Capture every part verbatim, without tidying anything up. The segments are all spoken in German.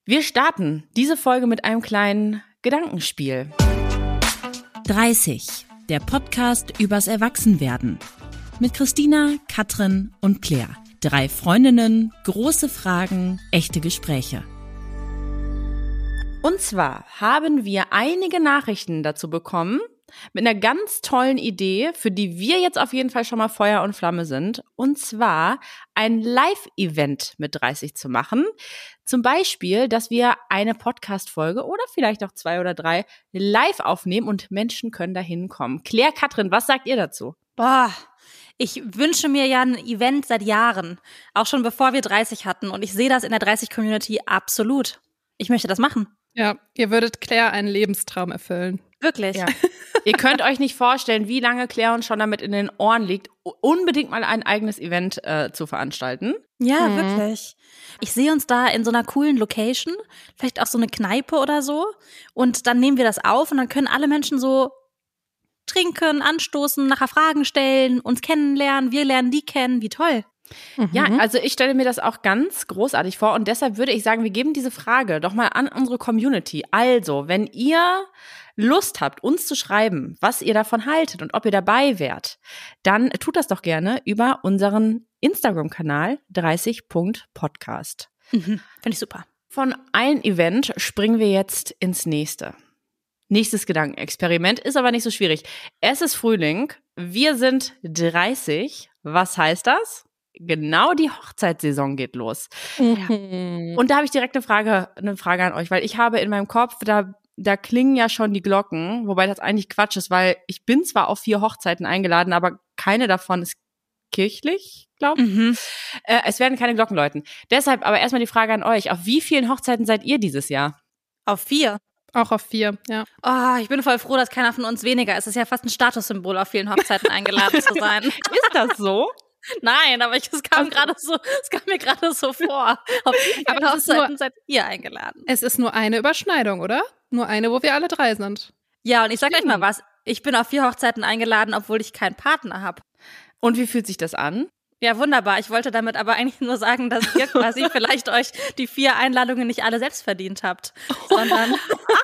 Wir starten diese Folge mit einem kleinen Gedankenspiel. dreißig, der Podcast übers Erwachsenwerden. Mit Christina, Katrin und Claire. Drei Freundinnen, große Fragen, echte Gespräche. Und zwar haben wir einige Nachrichten dazu bekommen, mit einer ganz tollen Idee, für die wir jetzt auf jeden Fall schon mal Feuer und Flamme sind. Und zwar ein Live-Event mit dreißig zu machen. Zum Beispiel, dass wir eine Podcast-Folge oder vielleicht auch zwei oder drei live aufnehmen und Menschen können da hinkommen. Claire, Katrin, was sagt ihr dazu? Boah, ich wünsche mir ja ein Event seit Jahren. Auch schon bevor wir dreißig hatten. Und ich sehe das in der dreißig-Community absolut. Ich möchte das machen. Ja, ihr würdet Claire einen Lebenstraum erfüllen. Wirklich. Ja. Ihr könnt euch nicht vorstellen, wie lange Claire uns schon damit in den Ohren liegt, unbedingt mal ein eigenes Event äh, zu veranstalten. Ja, Mhm. wirklich. Ich sehe uns da in so einer coolen Location, vielleicht auch so eine Kneipe oder so. Und dann nehmen wir das auf und dann können alle Menschen so trinken, anstoßen, nachher Fragen stellen, uns kennenlernen, wir lernen die kennen. Wie toll. Ja, also ich stelle mir das auch ganz großartig vor und deshalb würde ich sagen, wir geben diese Frage doch mal an unsere Community. Also, wenn ihr Lust habt, uns zu schreiben, was ihr davon haltet und ob ihr dabei wärt, dann tut das doch gerne über unseren Instagram-Kanal dreißig Punkt podcast. Mhm. Finde ich super. Von einem Event springen wir jetzt ins nächste. Nächstes Gedankenexperiment ist aber nicht so schwierig. Es ist Frühling, wir sind dreißig. Was heißt das? Genau, die Hochzeitssaison geht los. Mhm. Und da habe ich direkt eine Frage, eine Frage an euch, weil ich habe in meinem Kopf, da, da klingen ja schon die Glocken, wobei das eigentlich Quatsch ist, weil ich bin zwar auf vier Hochzeiten eingeladen, aber keine davon ist kirchlich, glaube ich. Mhm. Äh, es werden keine Glocken läuten. Deshalb aber erstmal die Frage an euch, auf wie vielen Hochzeiten seid ihr dieses Jahr? Auf vier. Auch auf vier, ja. Oh, ich bin voll froh, dass keiner von uns weniger ist. Es ist ja fast ein Statussymbol, auf vielen Hochzeiten eingeladen zu sein. Ist das so? Nein, aber ich, es kam gerade so, es kam mir gerade so vor. Auf wie Aber viele es ist nur- Hochzeiten seid ihr eingeladen? Es ist nur eine Überschneidung, oder? Nur eine, wo wir alle drei sind. Ja, und ich sag euch mal was. Ich bin auf vier Hochzeiten eingeladen, obwohl ich keinen Partner habe. Und wie fühlt sich das an? Ja, wunderbar. Ich wollte damit aber eigentlich nur sagen, dass ihr quasi vielleicht euch die vier Einladungen nicht alle selbst verdient habt, sondern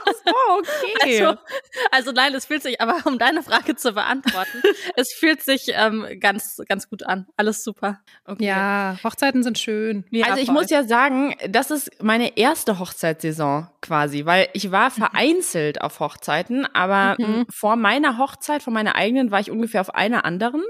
Oh, okay. also, also nein, es fühlt sich, aber um deine Frage zu beantworten, es fühlt sich ähm, ganz, ganz gut an. Alles super. okay. Ja, Hochzeiten sind schön. Ja, Also ich voll. muss ja sagen, das ist meine erste Hochzeitssaison quasi, weil ich war vereinzelt auf Hochzeiten, aber Mhm. m, vor meiner Hochzeit, vor meiner eigenen, war ich ungefähr auf einer anderen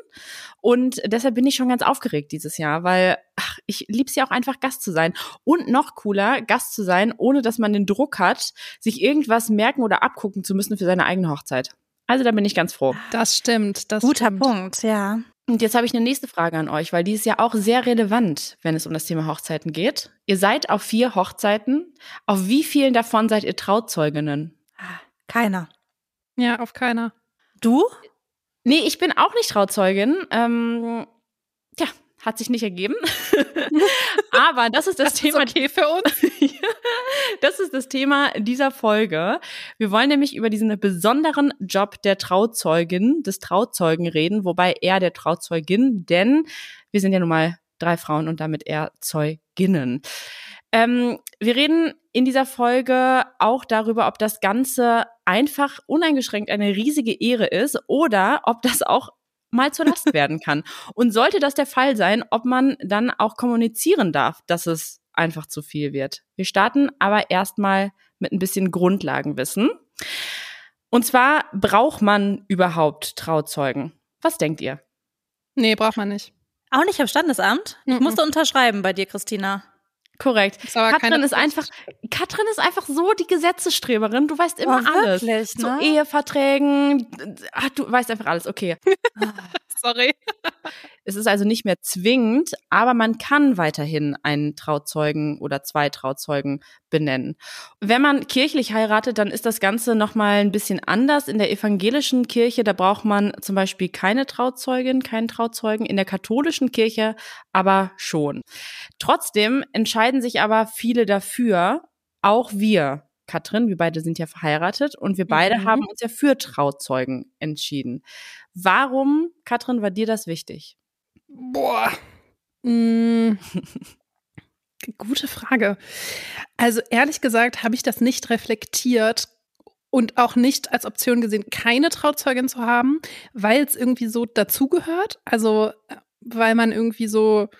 und deshalb bin ich schon ganz aufgeregt dieses Jahr, weil ach, ich lieb's ja auch einfach Gast zu sein und noch cooler, Gast zu sein, ohne dass man den Druck hat, sich irgendwas merken oder abgucken zu müssen für seine eigene Hochzeit. Also da bin ich ganz froh. Das stimmt. Das Guter stimmt. Punkt, ja. Und jetzt habe ich eine nächste Frage an euch, weil die ist ja auch sehr relevant, wenn es um das Thema Hochzeiten geht. Ihr seid auf vier Hochzeiten. Auf wie vielen davon seid ihr Trauzeuginnen? Keiner. Ja, auf keiner. Du? Nee, ich bin auch nicht Trauzeugin. Ähm, ja, hat sich nicht ergeben. Aber das ist das, Das Thema. ist okay für uns. Das ist das Thema dieser Folge. Wir wollen nämlich über diesen besonderen Job der Trauzeugin, des Trauzeugen reden, wobei eher der Trauzeugin, denn wir sind ja nun mal drei Frauen und damit eher Zeuginnen. Ähm, wir reden in dieser Folge auch darüber, ob das Ganze einfach uneingeschränkt eine riesige Ehre ist oder ob das auch mal zur Last werden kann. Und sollte das der Fall sein, ob man dann auch kommunizieren darf, dass es einfach zu viel wird. Wir starten aber erstmal mit ein bisschen Grundlagenwissen. Und zwar, braucht man überhaupt Trauzeugen? Was denkt ihr? Nee, braucht man nicht. Auch nicht am Standesamt? Ich Mhm. musste unterschreiben bei dir, Christina. Korrekt. Ist aber Katrin keine ist einfach, Katrin ist einfach so die Gesetzesstreberin. Du weißt immer Oh, alles. wirklich, Zu ne? Eheverträgen. Ach, du weißt einfach alles. Okay. Sorry. Es ist also nicht mehr zwingend, aber man kann weiterhin einen Trauzeugen oder zwei Trauzeugen benennen. Wenn man kirchlich heiratet, dann ist das Ganze nochmal ein bisschen anders. In der evangelischen Kirche, da braucht man zum Beispiel keine Trauzeugin, keinen Trauzeugen. In der katholischen Kirche aber schon. Trotzdem entscheiden sich aber viele dafür, auch wir. Katrin, wir beide sind ja verheiratet und wir beide Mhm. haben uns ja für Trauzeugen entschieden. Warum, Katrin, war dir das wichtig? Boah. Mm. Gute Frage. Also ehrlich gesagt habe ich das nicht reflektiert und auch nicht als Option gesehen, keine Trauzeugin zu haben, weil es irgendwie so dazugehört. Also weil man irgendwie so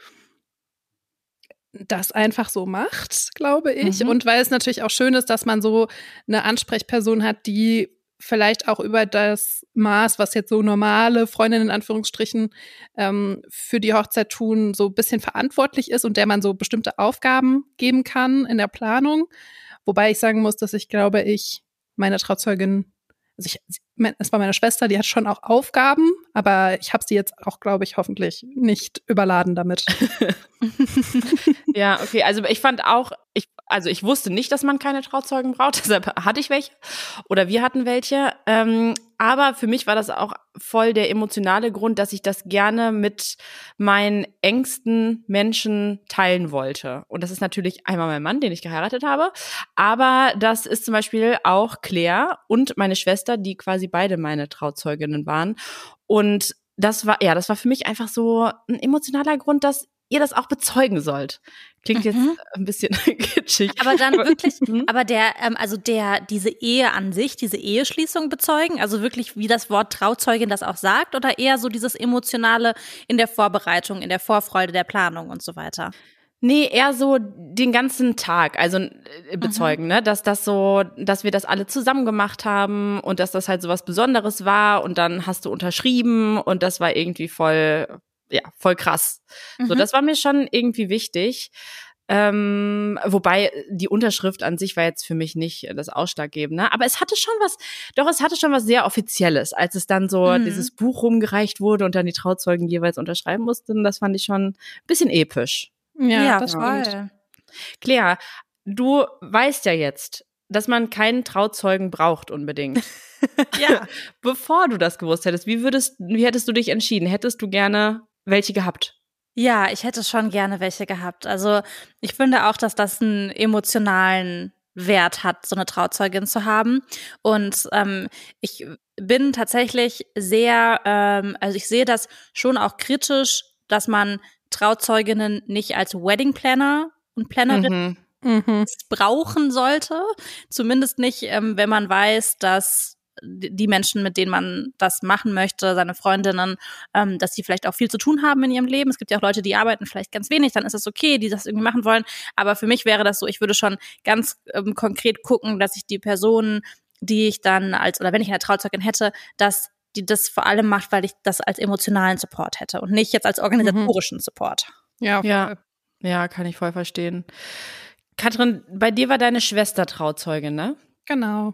das einfach so macht, glaube ich. Mhm. Und weil es natürlich auch schön ist, dass man so eine Ansprechperson hat, die vielleicht auch über das Maß, was jetzt so normale Freundinnen in Anführungsstrichen ähm, für die Hochzeit tun, so ein bisschen verantwortlich ist und der man so bestimmte Aufgaben geben kann in der Planung. Wobei ich sagen muss, dass ich glaube, ich meine Trauzeugin, also ich, es war meine Schwester, die hat schon auch Aufgaben, aber ich habe sie jetzt auch, glaube ich, hoffentlich nicht überladen damit. Ja, okay, also ich fand auch, ich, also ich wusste nicht, dass man keine Trauzeugen braucht, deshalb hatte ich welche oder wir hatten welche, ähm, aber für mich war das auch voll der emotionale Grund, dass ich das gerne mit meinen engsten Menschen teilen wollte. Und das ist natürlich einmal mein Mann, den ich geheiratet habe, aber das ist zum Beispiel auch Claire und meine Schwester, die quasi beide meine Trauzeuginnen waren. Und das war, ja, das war für mich einfach so ein emotionaler Grund, dass ihr das auch bezeugen sollt. Klingt mhm. jetzt ein bisschen kitschig. Aber dann wirklich, aber der, ähm, also der, diese Ehe an sich, diese Eheschließung bezeugen, also wirklich, wie das Wort Trauzeugin das auch sagt, oder eher so dieses Emotionale in der Vorbereitung, in der Vorfreude der Planung und so weiter? Nee, eher so den ganzen Tag, also äh, bezeugen, mhm. ne, dass das so, dass wir das alle zusammen gemacht haben und dass das halt so was Besonderes war und dann hast du unterschrieben und das war irgendwie voll, ja, voll krass. Mhm. So, das war mir schon irgendwie wichtig. Ähm, wobei die Unterschrift an sich war jetzt für mich nicht das Ausschlaggebende, aber es hatte schon was, doch es hatte schon was sehr Offizielles, als es dann so mhm. dieses Buch rumgereicht wurde und dann die Trauzeugen jeweils unterschreiben mussten, das fand ich schon ein bisschen episch. Ja, ja, das war toll. Claire, du weißt ja jetzt, dass man keinen Trauzeugen braucht unbedingt. Ja. Bevor du das gewusst hättest, wie würdest, wie hättest du dich entschieden? Hättest du gerne welche gehabt? Ja, ich hätte schon gerne welche gehabt. Also ich finde auch, dass das einen emotionalen Wert hat, so eine Trauzeugin zu haben. Und ähm, ich bin tatsächlich sehr, ähm, also ich sehe das schon auch kritisch, dass man Trauzeuginnen nicht als Wedding Planner und Plannerin mhm. brauchen sollte. Zumindest nicht, ähm, wenn man weiß, dass die Menschen, mit denen man das machen möchte, seine Freundinnen, ähm, dass die vielleicht auch viel zu tun haben in ihrem Leben. Es gibt ja auch Leute, die arbeiten vielleicht ganz wenig, dann ist es okay, die das irgendwie machen wollen. Aber für mich wäre das so, ich würde schon ganz ähm, konkret gucken, dass ich die Personen, die ich dann als, oder wenn ich eine Trauzeugin hätte, dass die das vor allem macht, weil ich das als emotionalen Support hätte und nicht jetzt als organisatorischen mhm. Support. Ja, ja, ja, kann ich voll verstehen. Katrin, bei dir war deine Schwester Trauzeugin, ne? Genau.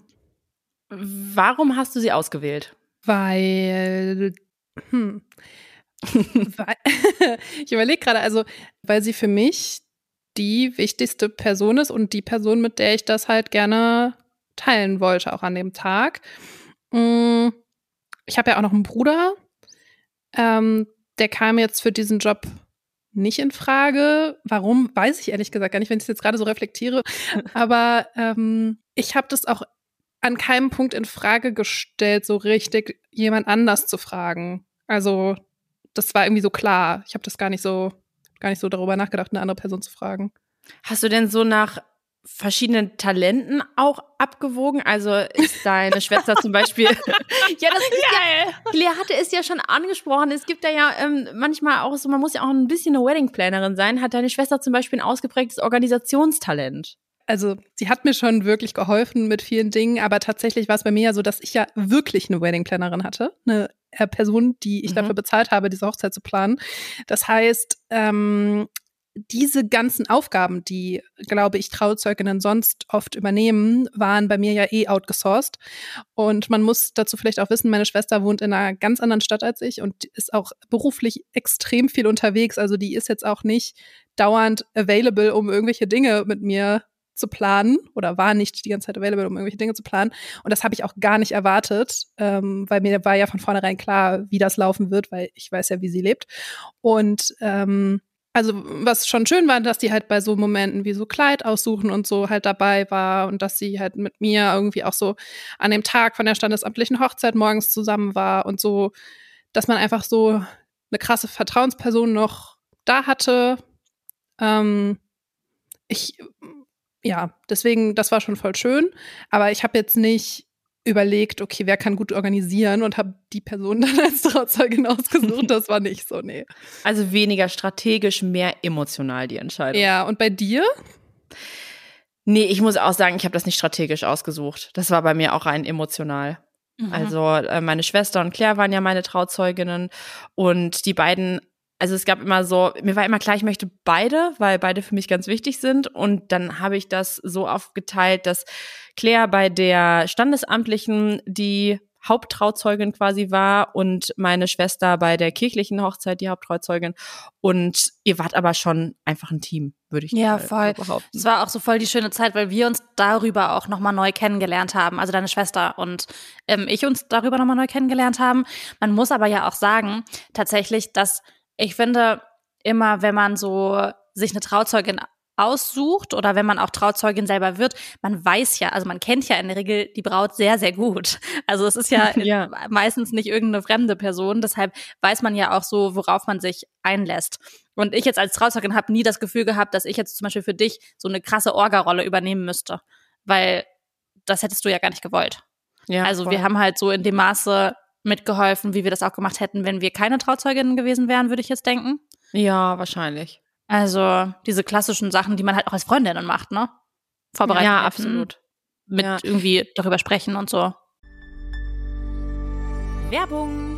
Warum hast du sie ausgewählt? Weil, hm, weil ich überlege gerade, also, weil sie für mich die wichtigste Person ist und die Person, mit der ich das halt gerne teilen wollte, auch an dem Tag. Ich habe ja auch noch einen Bruder, ähm, der kam jetzt für diesen Job nicht in Frage. Warum, weiß ich ehrlich gesagt gar nicht, wenn ich es jetzt gerade so reflektiere. Aber ähm, ich habe das auch an keinem Punkt in Frage gestellt, so richtig jemand anders zu fragen. Also das war irgendwie so klar. Ich habe das gar nicht so, gar nicht so darüber nachgedacht, eine andere Person zu fragen. Hast du denn so nach verschiedenen Talenten auch abgewogen? Also ist deine Schwester zum Beispiel ja, das ist ja, Claire hatte es ja schon angesprochen, es gibt da ja ähm, manchmal auch so, man muss ja auch ein bisschen eine Wedding-Plannerin sein. Hat deine Schwester zum Beispiel ein ausgeprägtes Organisationstalent? Also sie hat mir schon wirklich geholfen mit vielen Dingen, aber tatsächlich war es bei mir ja so, dass ich ja wirklich eine Wedding-Plannerin hatte, eine Person, die ich mhm. dafür bezahlt habe, diese Hochzeit zu planen. Das heißt, ähm, diese ganzen Aufgaben, die, glaube ich, Trauzeuginnen sonst oft übernehmen, waren bei mir ja eh outgesourced. Und man muss dazu vielleicht auch wissen, meine Schwester wohnt in einer ganz anderen Stadt als ich und ist auch beruflich extrem viel unterwegs. Also die ist jetzt auch nicht dauernd available, um irgendwelche Dinge mit mir zu planen oder war nicht die ganze Zeit available, um irgendwelche Dinge zu planen. Und das habe ich auch gar nicht erwartet, ähm, weil mir war ja von vornherein klar, wie das laufen wird, weil ich weiß ja, wie sie lebt. Und ähm, also was schon schön war, dass die halt bei so Momenten wie so Kleid aussuchen und so halt dabei war und dass sie halt mit mir irgendwie auch so an dem Tag von der standesamtlichen Hochzeit morgens zusammen war und so, dass man einfach so eine krasse Vertrauensperson noch da hatte. Ähm, ich, ja, deswegen, das war schon voll schön. Aber ich habe jetzt nicht überlegt, okay, wer kann gut organisieren und habe die Person dann als Trauzeugin ausgesucht. Das war nicht so, nee. Also weniger strategisch, mehr emotional die Entscheidung. Ja, und bei dir? Nee, ich muss auch sagen, ich habe das nicht strategisch ausgesucht. Das war bei mir auch rein emotional. Mhm. Also äh, meine Schwester und Claire waren ja meine Trauzeuginnen und die beiden, also es gab immer so, mir war immer klar, ich möchte beide, weil beide für mich ganz wichtig sind und dann habe ich das so aufgeteilt, dass Claire bei der Standesamtlichen die Haupttrauzeugin quasi war und meine Schwester bei der kirchlichen Hochzeit die Haupttrauzeugin und ihr wart aber schon einfach ein Team, würde ich ja, so voll. behaupten. Es war auch so voll die schöne Zeit, weil wir uns darüber auch nochmal neu kennengelernt haben, also deine Schwester und ähm, ich uns darüber nochmal neu kennengelernt haben. Man muss aber ja auch sagen, tatsächlich, dass ich finde, immer wenn man so sich eine Trauzeugin aussucht oder wenn man auch Trauzeugin selber wird, man weiß ja, also man kennt ja in der Regel die Braut sehr, sehr gut. Also es ist ja, ja. meistens nicht irgendeine fremde Person, deshalb weiß man ja auch so, worauf man sich einlässt. Und ich jetzt als Trauzeugin habe nie das Gefühl gehabt, dass ich jetzt zum Beispiel für dich so eine krasse Orga-Rolle übernehmen müsste, weil das hättest du ja gar nicht gewollt. Ja, also voll. Wir haben halt so in dem Maße mitgeholfen, wie wir das auch gemacht hätten, wenn wir keine Trauzeuginnen gewesen wären, würde ich jetzt denken. Ja, wahrscheinlich. Also diese klassischen Sachen, die man halt auch als Freundinnen macht, ne? Vorbereiten. Ja, absolut. Mit ja. irgendwie darüber sprechen und so. Werbung.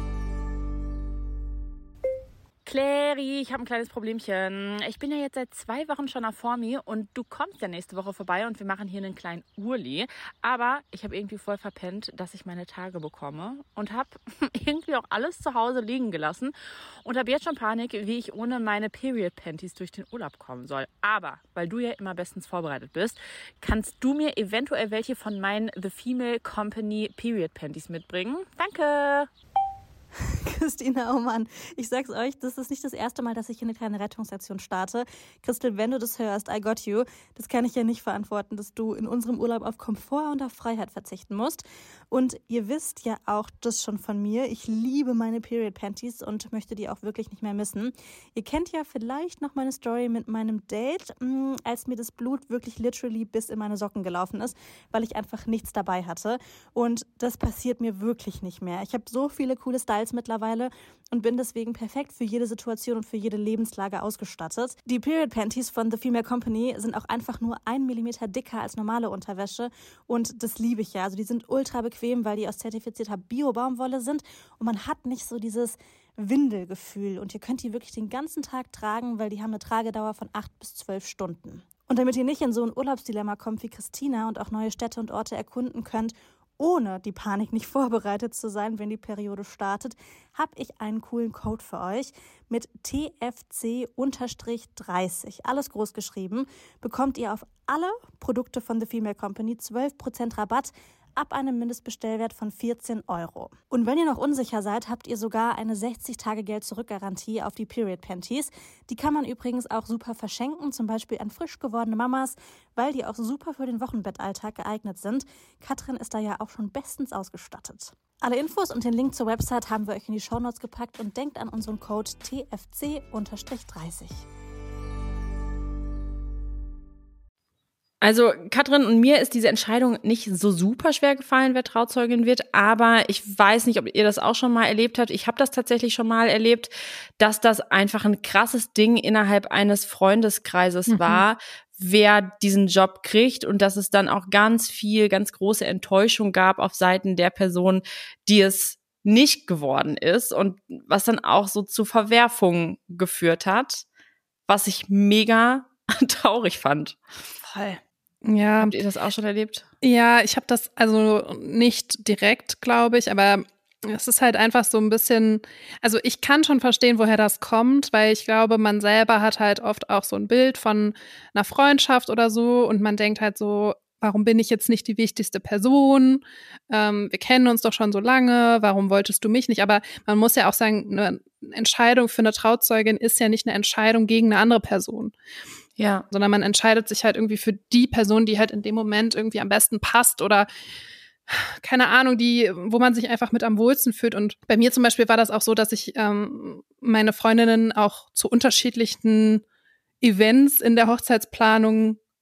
Clary, ich habe ein kleines Problemchen. Ich bin ja jetzt seit zwei Wochen schon auf Formi und du kommst ja nächste Woche vorbei und wir machen hier einen kleinen Urli. Aber ich habe irgendwie voll verpennt, dass ich meine Tage bekomme und habe irgendwie auch alles zu Hause liegen gelassen und habe jetzt schon Panik, wie ich ohne meine Period Panties durch den Urlaub kommen soll. Aber, weil du ja immer bestens vorbereitet bist, kannst du mir eventuell welche von meinen The Female Company Period Panties mitbringen? Danke! Christina, oh Mann, ich sag's euch, das ist nicht das erste Mal, dass ich hier eine kleine Rettungsaktion starte. Christel, wenn du das hörst, I got you. Das kann ich ja nicht verantworten, dass du in unserem Urlaub auf Komfort und auf Freiheit verzichten musst. Und ihr wisst ja auch das schon von mir. Ich liebe meine Period Panties und möchte die auch wirklich nicht mehr missen. Ihr kennt ja vielleicht noch meine Story mit meinem Date, als mir das Blut wirklich literally bis in meine Socken gelaufen ist, weil ich einfach nichts dabei hatte. Und das passiert mir wirklich nicht mehr. Ich habe so viele coole Styles mittlerweile und bin deswegen perfekt für jede Situation und für jede Lebenslage ausgestattet. Die Period Panties von The Female Company sind auch einfach nur ein Millimeter dicker als normale Unterwäsche und das liebe ich ja. Also die sind ultra bequem, weil die aus zertifizierter Bio-Baumwolle sind und man hat nicht so dieses Windelgefühl und ihr könnt die wirklich den ganzen Tag tragen, weil die haben eine Tragedauer von acht bis zwölf Stunden. Und damit ihr nicht in so ein Urlaubsdilemma kommt wie Christina und auch neue Städte und Orte erkunden könnt, ohne die Panik nicht vorbereitet zu sein, wenn die Periode startet, habe ich einen coolen Code für euch. Mit T F C dreißig, alles groß geschrieben, bekommt ihr auf alle Produkte von The Female Company zwölf Prozent Rabatt ab einem Mindestbestellwert von vierzehn Euro. Und wenn ihr noch unsicher seid, habt ihr sogar eine sechzig Tage Geld-Zurück-Garantie auf die Period Panties. Die kann man übrigens auch super verschenken, zum Beispiel an frisch gewordene Mamas, weil die auch super für den Wochenbettalltag geeignet sind. Katrin ist da ja auch schon bestens ausgestattet. Alle Infos und den Link zur Website haben wir euch in die Shownotes gepackt und denkt an unseren Code T F C dreißig. Also Katrin und mir ist diese Entscheidung nicht so super schwer gefallen, wer Trauzeugin wird, aber ich weiß nicht, ob ihr das auch schon mal erlebt habt. Ich habe das tatsächlich schon mal erlebt, dass das einfach ein krasses Ding innerhalb eines Freundeskreises mhm. war, wer diesen Job kriegt und dass es dann auch ganz viel, ganz große Enttäuschung gab auf Seiten der Person, die es nicht geworden ist und was dann auch so zu Verwerfungen geführt hat, was ich mega traurig fand. Voll. Ja. Habt ihr das auch schon erlebt? Ja, ich habe das also nicht direkt, glaube ich, aber es ist halt einfach so ein bisschen, also ich kann schon verstehen, woher das kommt, weil ich glaube, man selber hat halt oft auch so ein Bild von einer Freundschaft oder so und man denkt halt so, warum bin ich jetzt nicht die wichtigste Person? Ähm, wir kennen uns doch schon so lange, warum wolltest du mich nicht? Aber man muss ja auch sagen, eine Entscheidung für eine Trauzeugin ist ja nicht eine Entscheidung gegen eine andere Person. Ja, sondern man entscheidet sich halt irgendwie für die Person, die halt in dem Moment irgendwie am besten passt oder keine Ahnung, die, wo man sich einfach mit am wohlsten fühlt. Und bei mir zum Beispiel war das auch so, dass ich ähm, meine Freundinnen auch zu unterschiedlichen Events in der Hochzeitsplanung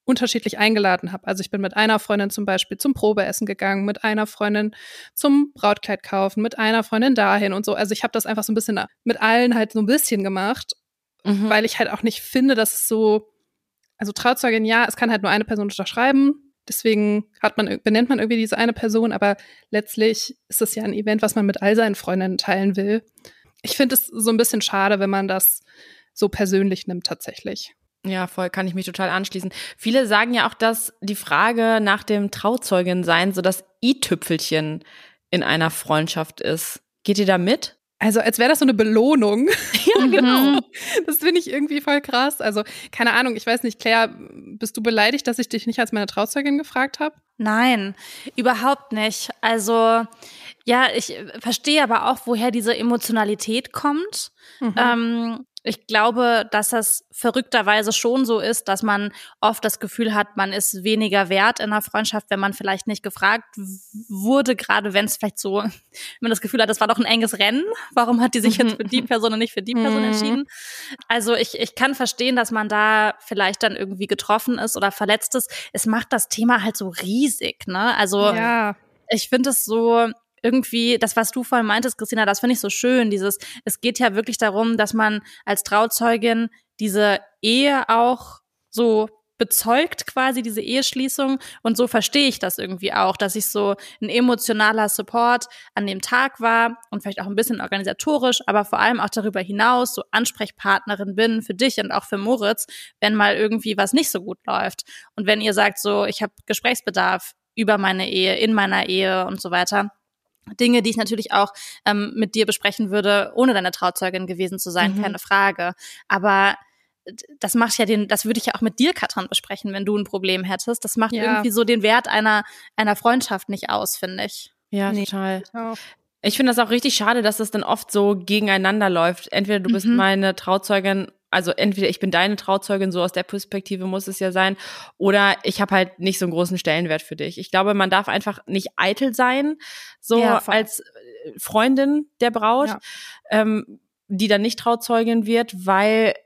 unterschiedlich eingeladen habe. Also ich bin mit einer Freundin zum Beispiel zum Probeessen gegangen, mit einer Freundin zum Brautkleid kaufen, mit einer Freundin dahin und so. Also ich habe das einfach so ein bisschen mit allen halt so ein bisschen gemacht, mhm. weil ich halt auch nicht finde, dass es so, also Trauzeugin, ja, es kann halt nur eine Person unterschreiben. Deswegen hat man, benennt man irgendwie diese eine Person, aber letztlich ist es ja ein Event, was man mit all seinen Freundinnen teilen will. Ich finde es so ein bisschen schade, wenn man das so persönlich nimmt tatsächlich. Ja, voll, kann ich mich total anschließen. Viele sagen ja auch, dass die Frage nach dem Trauzeugensein so das i-Tüpfelchen in einer Freundschaft ist. Geht ihr da mit? Also als wäre das so eine Belohnung. Ja, genau. Das finde ich irgendwie voll krass. Also keine Ahnung, ich weiß nicht, Claire, bist du beleidigt, dass ich dich nicht als meine Trauzeugin gefragt habe? Nein, überhaupt nicht. Also ja, ich verstehe aber auch, woher diese Emotionalität kommt. Mhm. Ähm, ich glaube, dass das verrückterweise schon so ist, dass man oft das Gefühl hat, man ist weniger wert in einer Freundschaft, wenn man vielleicht nicht gefragt wurde, gerade wenn es vielleicht so, wenn man das Gefühl hat, das war doch ein enges Rennen, warum hat die sich jetzt für die Person und nicht für die Person entschieden? Also ich, ich kann verstehen, dass man da vielleicht dann irgendwie getroffen ist oder verletzt ist. Es macht das Thema halt so riesig, ne? Also ja. Ich finde es so irgendwie, das, was du vorhin meintest, Christina, das finde ich so schön, dieses, es geht ja wirklich darum, dass man als Trauzeugin diese Ehe auch so bezeugt, quasi diese Eheschließung, und so verstehe ich das irgendwie auch, dass ich so ein emotionaler Support an dem Tag war und vielleicht auch ein bisschen organisatorisch, aber vor allem auch darüber hinaus so Ansprechpartnerin bin für dich und auch für Moritz, wenn mal irgendwie was nicht so gut läuft. Und wenn ihr sagt so, ich habe Gesprächsbedarf über meine Ehe, in meiner Ehe und so weiter, Dinge, die ich natürlich auch ähm, mit dir besprechen würde, ohne deine Trauzeugin gewesen zu sein, mhm. keine Frage. Aber das macht ja den, das würde ich ja auch mit dir, Katrin, besprechen, wenn du ein Problem hättest. Das macht ja. irgendwie so den Wert einer einer Freundschaft nicht aus, finde ich. Ja, nee, total. Ich finde das auch richtig schade, dass das dann oft so gegeneinander läuft. Entweder du bist mhm. meine Trauzeugin, also entweder ich bin deine Trauzeugin, so aus der Perspektive muss es ja sein, oder ich habe halt nicht so einen großen Stellenwert für dich. Ich glaube, man darf einfach nicht eitel sein, so ja, als Freundin der Braut, ja. ähm, die dann nicht Trauzeugin wird, weil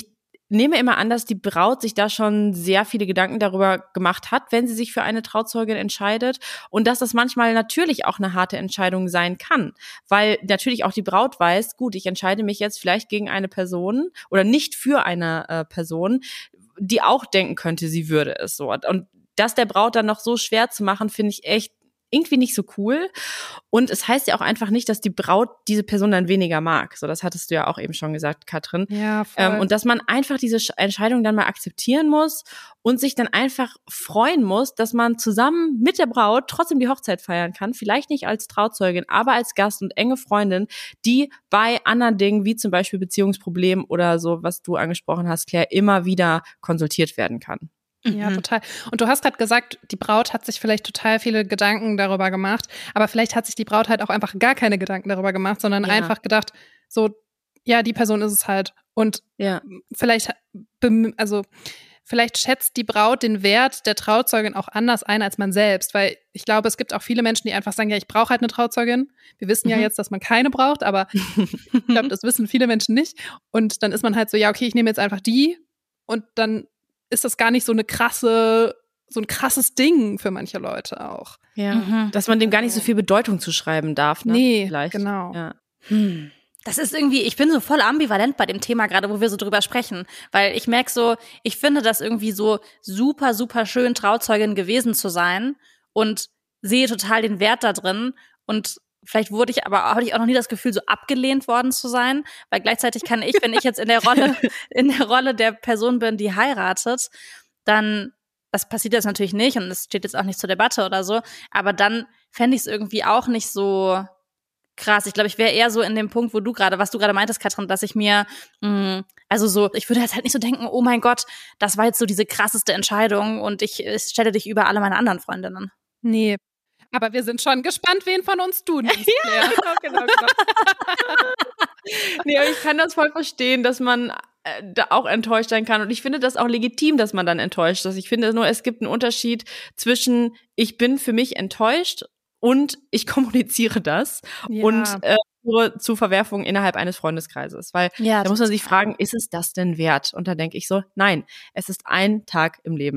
nehme immer an, dass die Braut sich da schon sehr viele Gedanken darüber gemacht hat, wenn sie sich für eine Trauzeugin entscheidet, und dass das manchmal natürlich auch eine harte Entscheidung sein kann, weil natürlich auch die Braut weiß, gut, ich entscheide mich jetzt vielleicht gegen eine Person oder nicht für eine äh, Person, die auch denken könnte, sie würde es so. Und das der Braut dann noch so schwer zu machen, finde ich echt irgendwie nicht so cool. Und es heißt ja auch einfach nicht, dass die Braut diese Person dann weniger mag. So, das hattest du ja auch eben schon gesagt, Katrin. Ja, voll. Ähm, und dass man einfach diese Entscheidung dann mal akzeptieren muss und sich dann einfach freuen muss, dass man zusammen mit der Braut trotzdem die Hochzeit feiern kann. Vielleicht nicht als Trauzeugin, aber als Gast und enge Freundin, die bei anderen Dingen, wie zum Beispiel Beziehungsproblemen oder so, was du angesprochen hast, Claire, immer wieder konsultiert werden kann. Ja, total. Und du hast gerade gesagt, die Braut hat sich vielleicht total viele Gedanken darüber gemacht, aber vielleicht hat sich die Braut halt auch einfach gar keine Gedanken darüber gemacht, sondern ja. einfach gedacht, so, ja, die Person ist es halt. Und ja. vielleicht, also vielleicht schätzt die Braut den Wert der Trauzeugin auch anders ein als man selbst, weil ich glaube, es gibt auch viele Menschen, die einfach sagen, ja, ich brauche halt eine Trauzeugin. Wir wissen mhm. ja jetzt, dass man keine braucht, aber ich glaube, das wissen viele Menschen nicht. Und dann ist man halt so, ja, okay, ich nehme jetzt einfach die, und dann ist das gar nicht so eine krasse, so ein krasses Ding für manche Leute auch. Ja, mhm. dass man dem gar nicht so viel Bedeutung zuschreiben darf, ne? Nee, vielleicht. Genau. Ja. Hm. Das ist irgendwie, ich bin so voll ambivalent bei dem Thema gerade, wo wir so drüber sprechen, weil ich merke so, ich finde das irgendwie so super, super schön, Trauzeugin gewesen zu sein, und sehe total den Wert da drin, und vielleicht wurde ich aber, hatte ich auch noch nie das Gefühl, so abgelehnt worden zu sein, weil gleichzeitig kann ich, wenn ich jetzt in der Rolle, in der Rolle der Person bin, die heiratet, dann, das passiert jetzt natürlich nicht und es steht jetzt auch nicht zur Debatte oder so, aber dann fände ich es irgendwie auch nicht so krass. Ich glaube, ich wäre eher so in dem Punkt, wo du gerade, was du gerade meintest, Katrin, dass ich mir, mh, also so, ich würde jetzt halt nicht so denken, oh mein Gott, das war jetzt so diese krasseste Entscheidung und ich, ich stelle dich über alle meine anderen Freundinnen. Nee. Aber wir sind schon gespannt, wen von uns du nimmst, Claire. Ja, genau, genau, genau. Nee, aber ich kann das voll verstehen, dass man äh, da auch enttäuscht sein kann. Und ich finde das auch legitim, dass man dann enttäuscht ist. Ich finde nur, es gibt einen Unterschied zwischen ich bin für mich enttäuscht und ich kommuniziere das ja. und äh, nur zu Verwerfungen innerhalb eines Freundeskreises. Weil ja, da muss man sich fragen, ist es das denn wert? Und da denke ich so, nein, es ist ein Tag im Leben.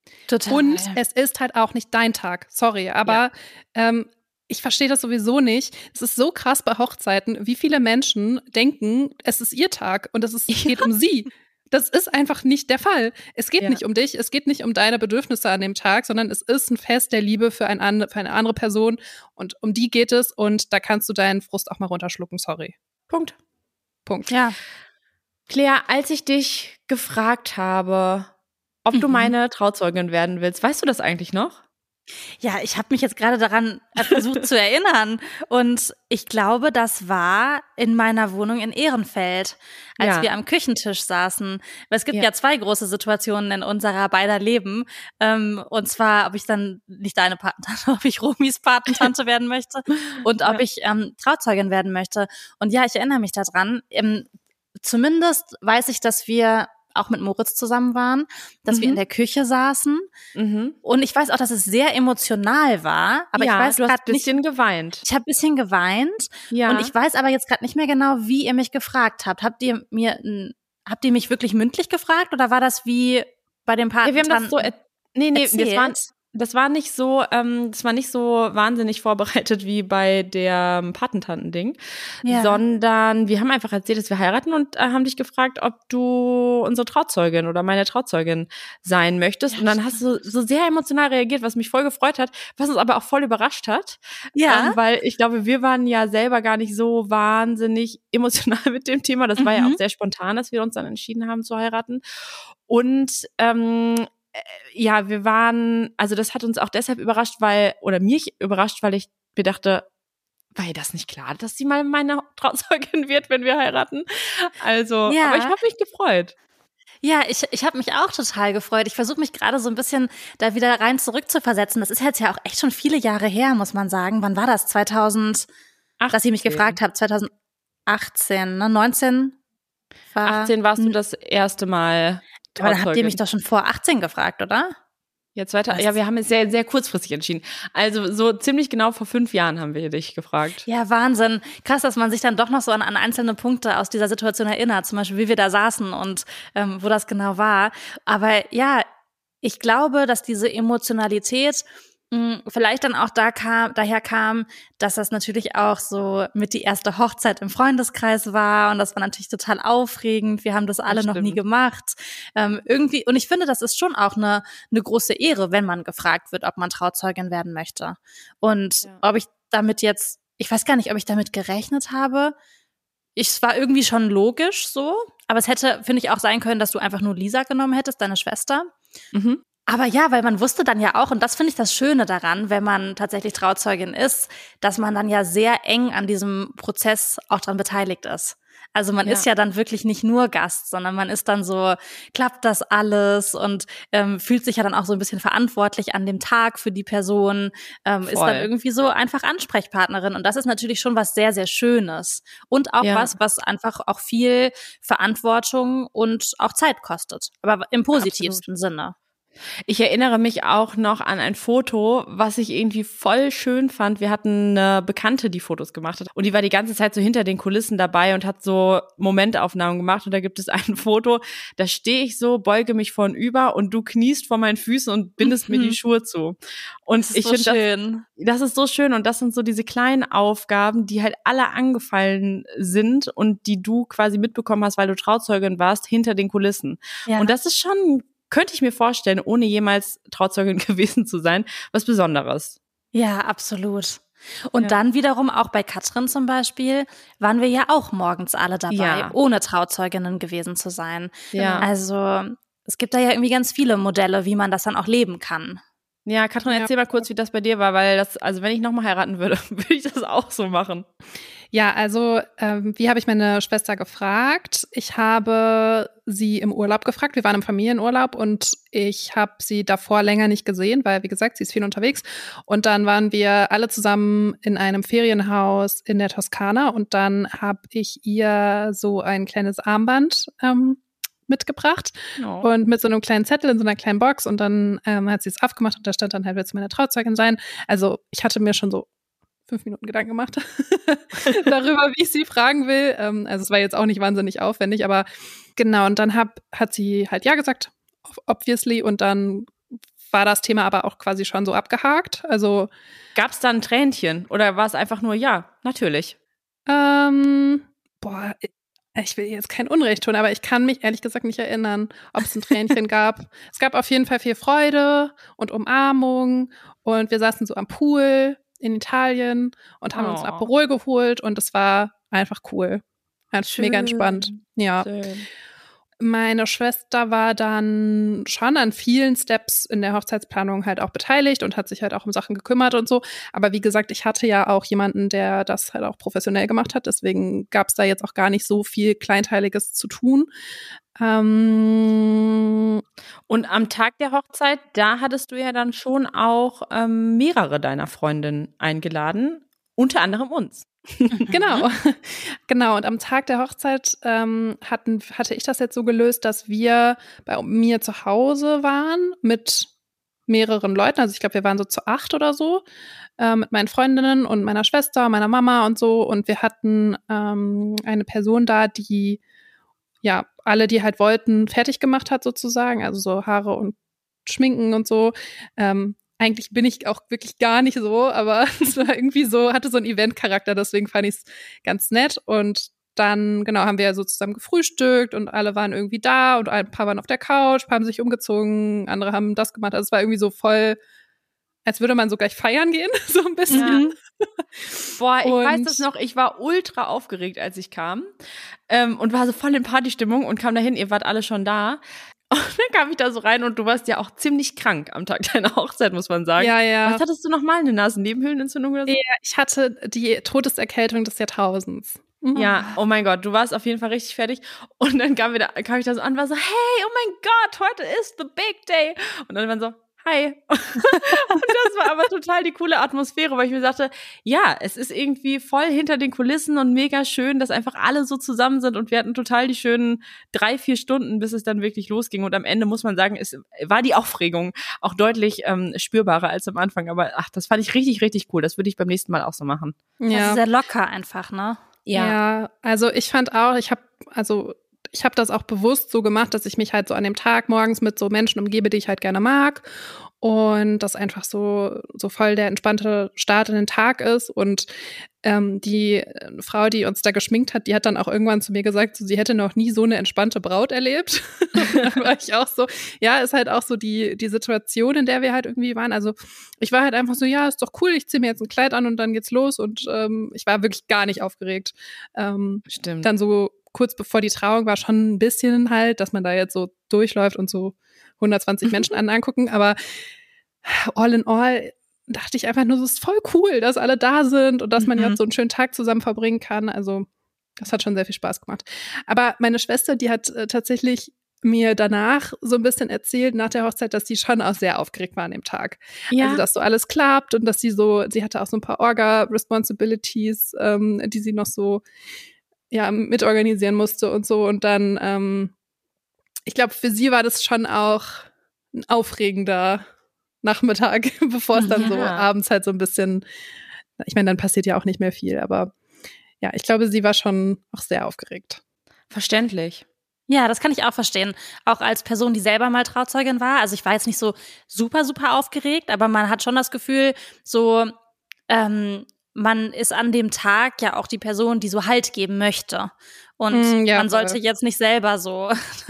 Total. Und es ist halt auch nicht dein Tag, sorry, aber ja. ähm, ich verstehe das sowieso nicht. Es ist so krass bei Hochzeiten, wie viele Menschen denken, es ist ihr Tag und es, ist, es geht um sie. Das ist einfach nicht der Fall. Es geht ja. nicht um dich, es geht nicht um deine Bedürfnisse an dem Tag, sondern es ist ein Fest der Liebe für, ein, für eine andere Person und um die geht es und da kannst du deinen Frust auch mal runterschlucken, sorry. Punkt. Punkt. Ja. Claire, als ich dich gefragt habe, ob mhm. du meine Trauzeugin werden willst, weißt du das eigentlich noch? Ja, ich habe mich jetzt gerade daran versucht zu erinnern und ich glaube, das war in meiner Wohnung in Ehrenfeld, als ja. wir am Küchentisch saßen. Weil es gibt ja. ja zwei große Situationen in unserer beider Leben ähm, und zwar, ob ich dann nicht deine Patentante, ob ich Romis Patentante werden möchte und ob ja. ich ähm, Trauzeugin werden möchte. Und ja, ich erinnere mich daran. Ähm, zumindest weiß ich, dass wir auch mit Moritz zusammen waren, dass mhm. wir in der Küche saßen. Mhm. Und ich weiß auch, dass es sehr emotional war. Aber ja, ich weiß du hast ein bisschen nicht, geweint. Ich habe ein bisschen geweint. Ja. Und ich weiß aber jetzt gerade nicht mehr genau, wie ihr mich gefragt habt. Habt ihr mir, habt ihr mich wirklich mündlich gefragt oder war das wie bei dem Patentanten? Ja, wir haben das so, er- nee, nee, erzählt? das war Das war nicht so, ähm, das war nicht so wahnsinnig vorbereitet wie bei der ähm, Patentantending, ja. sondern wir haben einfach erzählt, dass wir heiraten und äh, haben dich gefragt, ob du unsere Trauzeugin oder meine Trauzeugin sein möchtest. Ja, und dann hast du so sehr emotional reagiert, was mich voll gefreut hat, was uns aber auch voll überrascht hat. Ja. Ähm, weil ich glaube, wir waren ja selber gar nicht so wahnsinnig emotional mit dem Thema. Das mhm. war ja auch sehr spontan, dass wir uns dann entschieden haben zu heiraten. Und ähm, ja, wir waren, also das hat uns auch deshalb überrascht, weil, oder mich überrascht, weil ich mir dachte, war ihr das nicht klar, dass sie mal meine Trauzeugin wird, wenn wir heiraten? Also, ja. aber ich habe mich gefreut. Ja, ich, ich habe mich auch total gefreut. Ich versuche mich gerade so ein bisschen da wieder rein zurückzuversetzen. Das ist jetzt ja auch echt schon viele Jahre her, muss man sagen. Wann war das? zweitausend, dass ihr mich gefragt habt, zweitausendachtzehn, ne? neunzehn war achtzehn warst du das erste Mal Aber dann habt ihr mich doch schon vor achtzehn gefragt, oder? Ja, zweiter, ja, wir haben es sehr, sehr kurzfristig entschieden. Also so ziemlich genau vor fünf Jahren haben wir dich gefragt. Ja, Wahnsinn. Krass, dass man sich dann doch noch so an, an einzelne Punkte aus dieser Situation erinnert. Zum Beispiel, wie wir da saßen und ähm, wo das genau war. Aber ja, ich glaube, dass diese Emotionalität vielleicht dann auch da kam, daher kam, dass das natürlich auch so mit die erste Hochzeit im Freundeskreis war und das war natürlich total aufregend. Wir haben das alle das noch nie gemacht. Ähm, irgendwie, und ich finde, das ist schon auch eine, eine große Ehre, wenn man gefragt wird, ob man Trauzeugin werden möchte. Und ja. ob ich damit jetzt, ich weiß gar nicht, ob ich damit gerechnet habe. Ich, es war irgendwie schon logisch so, aber es hätte, finde ich, auch sein können, dass du einfach nur Lisa genommen hättest, deine Schwester. Mhm. Aber ja, weil man wusste dann ja auch, und das finde ich das Schöne daran, wenn man tatsächlich Trauzeugin ist, dass man dann ja sehr eng an diesem Prozess auch dran beteiligt ist. Also man ja. ist ja dann wirklich nicht nur Gast, sondern man ist dann so, klappt das alles und ähm, fühlt sich ja dann auch so ein bisschen verantwortlich an dem Tag für die Person, ähm, ist dann irgendwie so einfach Ansprechpartnerin. Und das ist natürlich schon was sehr, sehr Schönes. Und auch ja. was, was einfach auch viel Verantwortung und auch Zeit kostet. Aber im positivsten Absolut. Sinne. Ich erinnere mich auch noch an ein Foto, was ich irgendwie voll schön fand. Wir hatten eine Bekannte, die Fotos gemacht hat. Und die war die ganze Zeit so hinter den Kulissen dabei und hat so Momentaufnahmen gemacht. Und da gibt es ein Foto, da stehe ich so, beuge mich vornüber und du kniest vor meinen Füßen und bindest mhm. mir die Schuhe zu. Und das ist ich so finde, schön. Das, das ist so schön. Und das sind so diese kleinen Aufgaben, die halt alle angefallen sind und die du quasi mitbekommen hast, weil du Trauzeugin warst, hinter den Kulissen. Ja. Und das ist schon, könnte ich mir vorstellen, ohne jemals Trauzeugin gewesen zu sein, was Besonderes. Ja, absolut. Und Ja. dann wiederum auch bei Katrin zum Beispiel waren wir ja auch morgens alle dabei, Ja. ohne Trauzeuginnen gewesen zu sein. Ja. Also es gibt da ja irgendwie ganz viele Modelle, wie man das dann auch leben kann. Ja, Katrin, erzähl mal kurz, wie das bei dir war, weil das, also wenn ich nochmal heiraten würde, würde ich das auch so machen. Ja, also ähm, wie habe ich meine Schwester gefragt? Ich habe sie im Urlaub gefragt. Wir waren im Familienurlaub und ich habe sie davor länger nicht gesehen, weil, wie gesagt, sie ist viel unterwegs. Und dann waren wir alle zusammen in einem Ferienhaus in der Toskana und dann habe ich ihr so ein kleines Armband ähm, mitgebracht Oh. und mit so einem kleinen Zettel in so einer kleinen Box und dann ähm, hat sie es aufgemacht und da stand dann halt, willst du meine Trauzeugin sein? Also ich hatte mir schon so fünf Minuten Gedanken gemacht darüber, wie ich sie fragen will. Ähm, also es war jetzt auch nicht wahnsinnig aufwendig, aber genau, und dann hab, hat sie halt ja gesagt, obviously, und dann war das Thema aber auch quasi schon so abgehakt. Also gab's da ein Tränchen oder war es einfach nur, ja, natürlich? Ähm, boah, ich will jetzt kein Unrecht tun, aber ich kann mich ehrlich gesagt nicht erinnern, ob es ein Tränchen gab. Es gab auf jeden Fall viel Freude und Umarmung und wir saßen so am Pool in Italien und haben Oh. uns ein Aperol geholt und es war einfach cool. Einfach Schön. mega entspannt. Ja. Schön. Meine Schwester war dann schon an vielen Steps in der Hochzeitsplanung halt auch beteiligt und hat sich halt auch um Sachen gekümmert und so. Aber wie gesagt, ich hatte ja auch jemanden, der das halt auch professionell gemacht hat. Deswegen gab es da jetzt auch gar nicht so viel Kleinteiliges zu tun. Ähm Und am Tag der Hochzeit, da hattest du ja dann schon auch ähm, mehrere deiner Freundinnen eingeladen, unter anderem uns. Genau, genau. Und am Tag der Hochzeit ähm, hatten, hatte ich das jetzt so gelöst, dass wir bei mir zu Hause waren mit mehreren Leuten. Also ich glaube, wir waren so zu acht oder so, äh, mit meinen Freundinnen und meiner Schwester, meiner Mama und so. Und wir hatten ähm, eine Person da, die ja alle, die halt wollten, fertig gemacht hat sozusagen. Also so Haare und Schminken und so. Ähm, Eigentlich bin ich auch wirklich gar nicht so, aber es war irgendwie so, hatte so einen Event-Charakter, deswegen fand ich es ganz nett. Und dann, genau, haben wir so zusammen gefrühstückt und alle waren irgendwie da und ein paar waren auf der Couch, ein paar haben sich umgezogen, andere haben das gemacht. Also es war irgendwie so voll, als würde man so gleich feiern gehen, so ein bisschen. Ja. Boah, ich Und- weiß das noch, ich war ultra aufgeregt, als ich kam ähm, und war so voll in Partystimmung und kam dahin, ihr wart alle schon da. Und dann kam ich da so rein und du warst ja auch ziemlich krank am Tag deiner Hochzeit, muss man sagen. Ja, ja. Was hattest du nochmal? Eine Nasennebenhöhlenentzündung oder so? Ja, ich hatte die Todeserkältung des Jahrtausends. Mhm. Ja, oh mein Gott, du warst auf jeden Fall richtig fertig. Und dann kam, wir da, kam ich da so an, war so, hey, oh mein Gott, heute ist the big day. Und dann waren so, hi. Und das war aber total die coole Atmosphäre, weil ich mir sagte, ja, es ist irgendwie voll hinter den Kulissen und mega schön, dass einfach alle so zusammen sind und wir hatten total die schönen drei, vier Stunden, bis es dann wirklich losging. Und am Ende muss man sagen, es war die Aufregung auch deutlich ähm, spürbarer als am Anfang. Aber ach, das fand ich richtig, richtig cool. Das würde ich beim nächsten Mal auch so machen. Das Ja. ist sehr locker einfach, ne? Ja. also ich fand auch, ich habe also ich habe das auch bewusst so gemacht, dass ich mich halt so an dem Tag morgens mit so Menschen umgebe, die ich halt gerne mag und das einfach so so voll der entspannte Start in den Tag ist und ähm, die Frau, die uns da geschminkt hat, die hat dann auch irgendwann zu mir gesagt, so, sie hätte noch nie so eine entspannte Braut erlebt. Da war ich auch so, ja, ist halt auch so die die Situation, in der wir halt irgendwie waren. Also ich war halt einfach so, ja, ist doch cool, ich ziehe mir jetzt ein Kleid an und dann geht's los und ähm, ich war wirklich gar nicht aufgeregt. Ähm, Stimmt. dann so kurz bevor die Trauung war schon ein bisschen halt, dass man da jetzt so durchläuft und so hundertzwanzig Menschen an angucken, aber all in all dachte ich einfach nur, es ist voll cool, dass alle da sind und dass man Mhm. jetzt so einen schönen Tag zusammen verbringen kann. Also das hat schon sehr viel Spaß gemacht. Aber meine Schwester, die hat äh, tatsächlich mir danach so ein bisschen erzählt, nach der Hochzeit, dass sie schon auch sehr aufgeregt war an dem Tag. Ja. Also, dass so alles klappt und dass sie so, sie hatte auch so ein paar Orga-Responsibilities, ähm, die sie noch so ja, mitorganisieren musste und so. Und dann, ähm, ich glaube, für sie war das schon auch ein aufregender Nachmittag, bevor es dann so Ja. abends halt so ein bisschen, ich meine, dann passiert ja auch nicht mehr viel, aber ja, ich glaube, sie war schon auch sehr aufgeregt. Verständlich. Ja, das kann ich auch verstehen. Auch als Person, die selber mal Trauzeugin war. Also ich war jetzt nicht so super, super aufgeregt, aber man hat schon das Gefühl, so, ähm, man ist an dem Tag ja auch die Person, die so Halt geben möchte. Und Mm, ja, man voll. sollte jetzt nicht selber so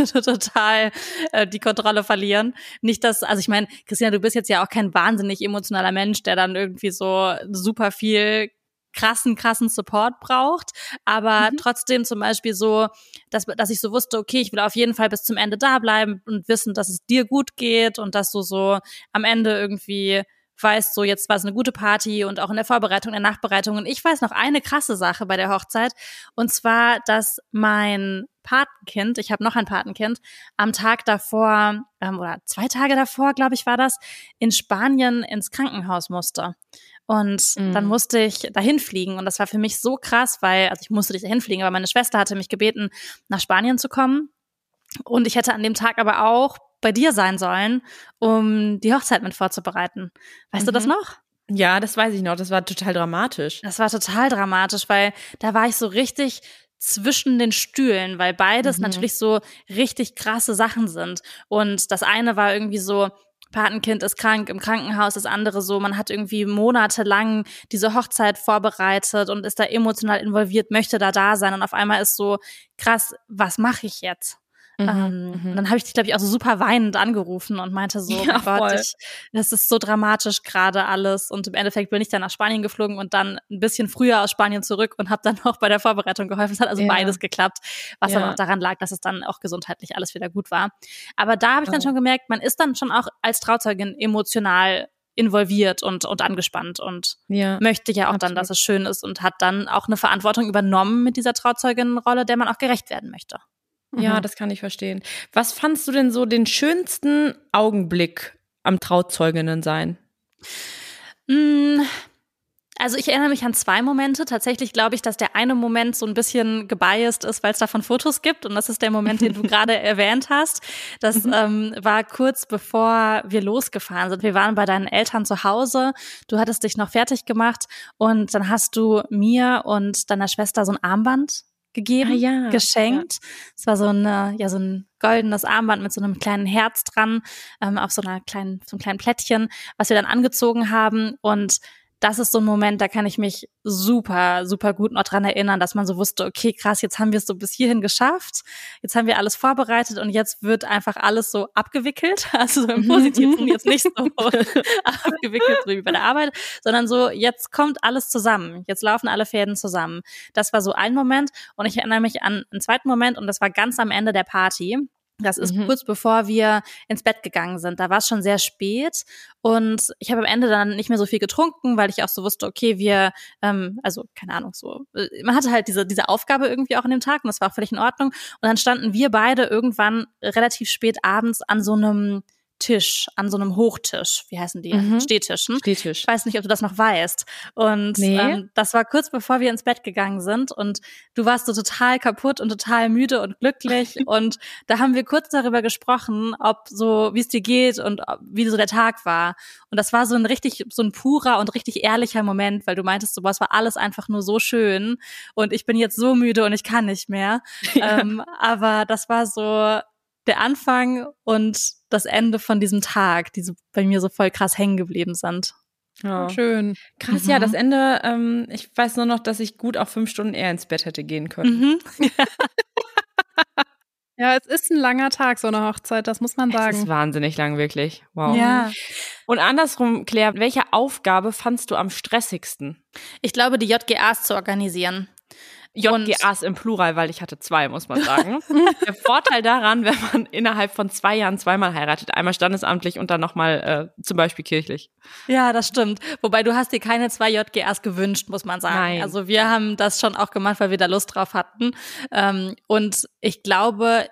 total äh, die Kontrolle verlieren. Nicht, dass, also ich meine, Christina, du bist jetzt ja auch kein wahnsinnig emotionaler Mensch, der dann irgendwie so super viel krassen, krassen Support braucht. Aber Mhm. trotzdem zum Beispiel so, dass, dass ich so wusste, okay, ich will auf jeden Fall bis zum Ende da bleiben und wissen, dass es dir gut geht und dass du so am Ende irgendwie weißt, so jetzt war es eine gute Party und auch in der Vorbereitung, in der Nachbereitung. Und ich weiß noch eine krasse Sache bei der Hochzeit und zwar, dass mein Patenkind, ich habe noch ein Patenkind, am Tag davor ähm, oder zwei Tage davor, glaube ich, war das, in Spanien ins Krankenhaus musste. Und Mhm. dann musste ich dahin fliegen und das war für mich so krass, weil, also ich musste nicht dahin fliegen, aber meine Schwester hatte mich gebeten, nach Spanien zu kommen und ich hätte an dem Tag aber auch bei dir sein sollen, um die Hochzeit mit vorzubereiten. Weißt du das Mhm. noch? Ja, das weiß ich noch. Das war total dramatisch. Das war total dramatisch, weil da war ich so richtig zwischen den Stühlen, weil beides Mhm. natürlich so richtig krasse Sachen sind. Und das eine war irgendwie so Patenkind ist krank im Krankenhaus, das andere so, man hat irgendwie monatelang diese Hochzeit vorbereitet und ist da emotional involviert, möchte da da sein und auf einmal ist so, krass, was mache ich jetzt? Mhm, ähm, mhm. Dann habe ich dich, glaube ich, auch so super weinend angerufen und meinte so, ja, oh Gott, ich, das ist so dramatisch gerade alles und im Endeffekt bin ich dann nach Spanien geflogen und dann ein bisschen früher aus Spanien zurück und habe dann noch bei der Vorbereitung geholfen. Es hat also ja. beides geklappt, was ja. dann auch daran lag, dass es dann auch gesundheitlich alles wieder gut war. Aber da habe ich dann schon gemerkt, man ist dann schon auch als Trauzeugin emotional involviert und und angespannt und ja, möchte ja auch absolut. Dann, dass es schön ist und hat dann auch eine Verantwortung übernommen mit dieser Trauzeuginnenrolle, der man auch gerecht werden möchte. Ja, mhm. das kann ich verstehen. Was fandst du denn so den schönsten Augenblick am Trauzeuginnen-Sein? Also ich erinnere mich an zwei Momente. Tatsächlich glaube ich, dass der eine Moment so ein bisschen gebiased ist, weil es davon Fotos gibt. Und das ist der Moment, den du gerade erwähnt hast. Das mhm. ähm, war kurz bevor wir losgefahren sind. Wir waren bei deinen Eltern zu Hause. Du hattest dich noch fertig gemacht. Und dann hast du mir und deiner Schwester so ein Armband gegeben, ah, ja, geschenkt. Es ja. war so ein, ja, so ein goldenes Armband mit so einem kleinen Herz dran, ähm, auf so einer kleinen, so einem kleinen Plättchen, was wir dann angezogen haben. Und das ist so ein Moment, da kann ich mich super, super gut noch dran erinnern, dass man so wusste, okay, krass, jetzt haben wir es so bis hierhin geschafft, jetzt haben wir alles vorbereitet und jetzt wird einfach alles so abgewickelt, also so im Positiven, jetzt nicht so abgewickelt so wie bei der Arbeit, sondern so, jetzt kommt alles zusammen, jetzt laufen alle Fäden zusammen. Das war so ein Moment und ich erinnere mich an einen zweiten Moment und das war ganz am Ende der Party. Das ist mhm. kurz bevor wir ins Bett gegangen sind. Da war es schon sehr spät und ich habe am Ende dann nicht mehr so viel getrunken, weil ich auch so wusste, okay, wir, ähm, also keine Ahnung, so, man hatte halt diese diese Aufgabe irgendwie auch an dem Tag und das war auch völlig in Ordnung. Und dann standen wir beide irgendwann relativ spät abends an so einem Tisch, an so einem Hochtisch, wie heißen die? Mhm. Stehtischen. Stehtisch. Ich weiß nicht, ob du das noch weißt. Und nee. ähm, das war kurz bevor wir ins Bett gegangen sind und du warst so total kaputt und total müde und glücklich und da haben wir kurz darüber gesprochen, ob so, wie es dir geht und ob, wie so der Tag war. Und das war so ein richtig, so ein purer und richtig ehrlicher Moment, weil du meintest, so, boah, es war alles einfach nur so schön und ich bin jetzt so müde und ich kann nicht mehr. Ja. Ähm, aber das war so der Anfang und das Ende von diesem Tag, die so bei mir so voll krass hängen geblieben sind. Ja. Schön. Krass, mhm. ja, das Ende, ähm, ich weiß nur noch, dass ich gut auch fünf Stunden eher ins Bett hätte gehen können. Mhm. Ja, es ist ein langer Tag, so eine Hochzeit, das muss man sagen. Es ist wahnsinnig lang, wirklich. Wow. Ja. Und andersrum, Claire, welche Aufgabe fandst du am stressigsten? Ich glaube, die J G As zu organisieren. J G As im Plural, weil ich hatte zwei, muss man sagen. Der Vorteil daran, wenn man innerhalb von zwei Jahren zweimal heiratet, einmal standesamtlich und dann nochmal äh, zum Beispiel kirchlich. Ja, das stimmt. Wobei du hast dir keine zwei J G As gewünscht, muss man sagen. Nein. Also wir haben das schon auch gemacht, weil wir da Lust drauf hatten. Ähm, und ich glaube,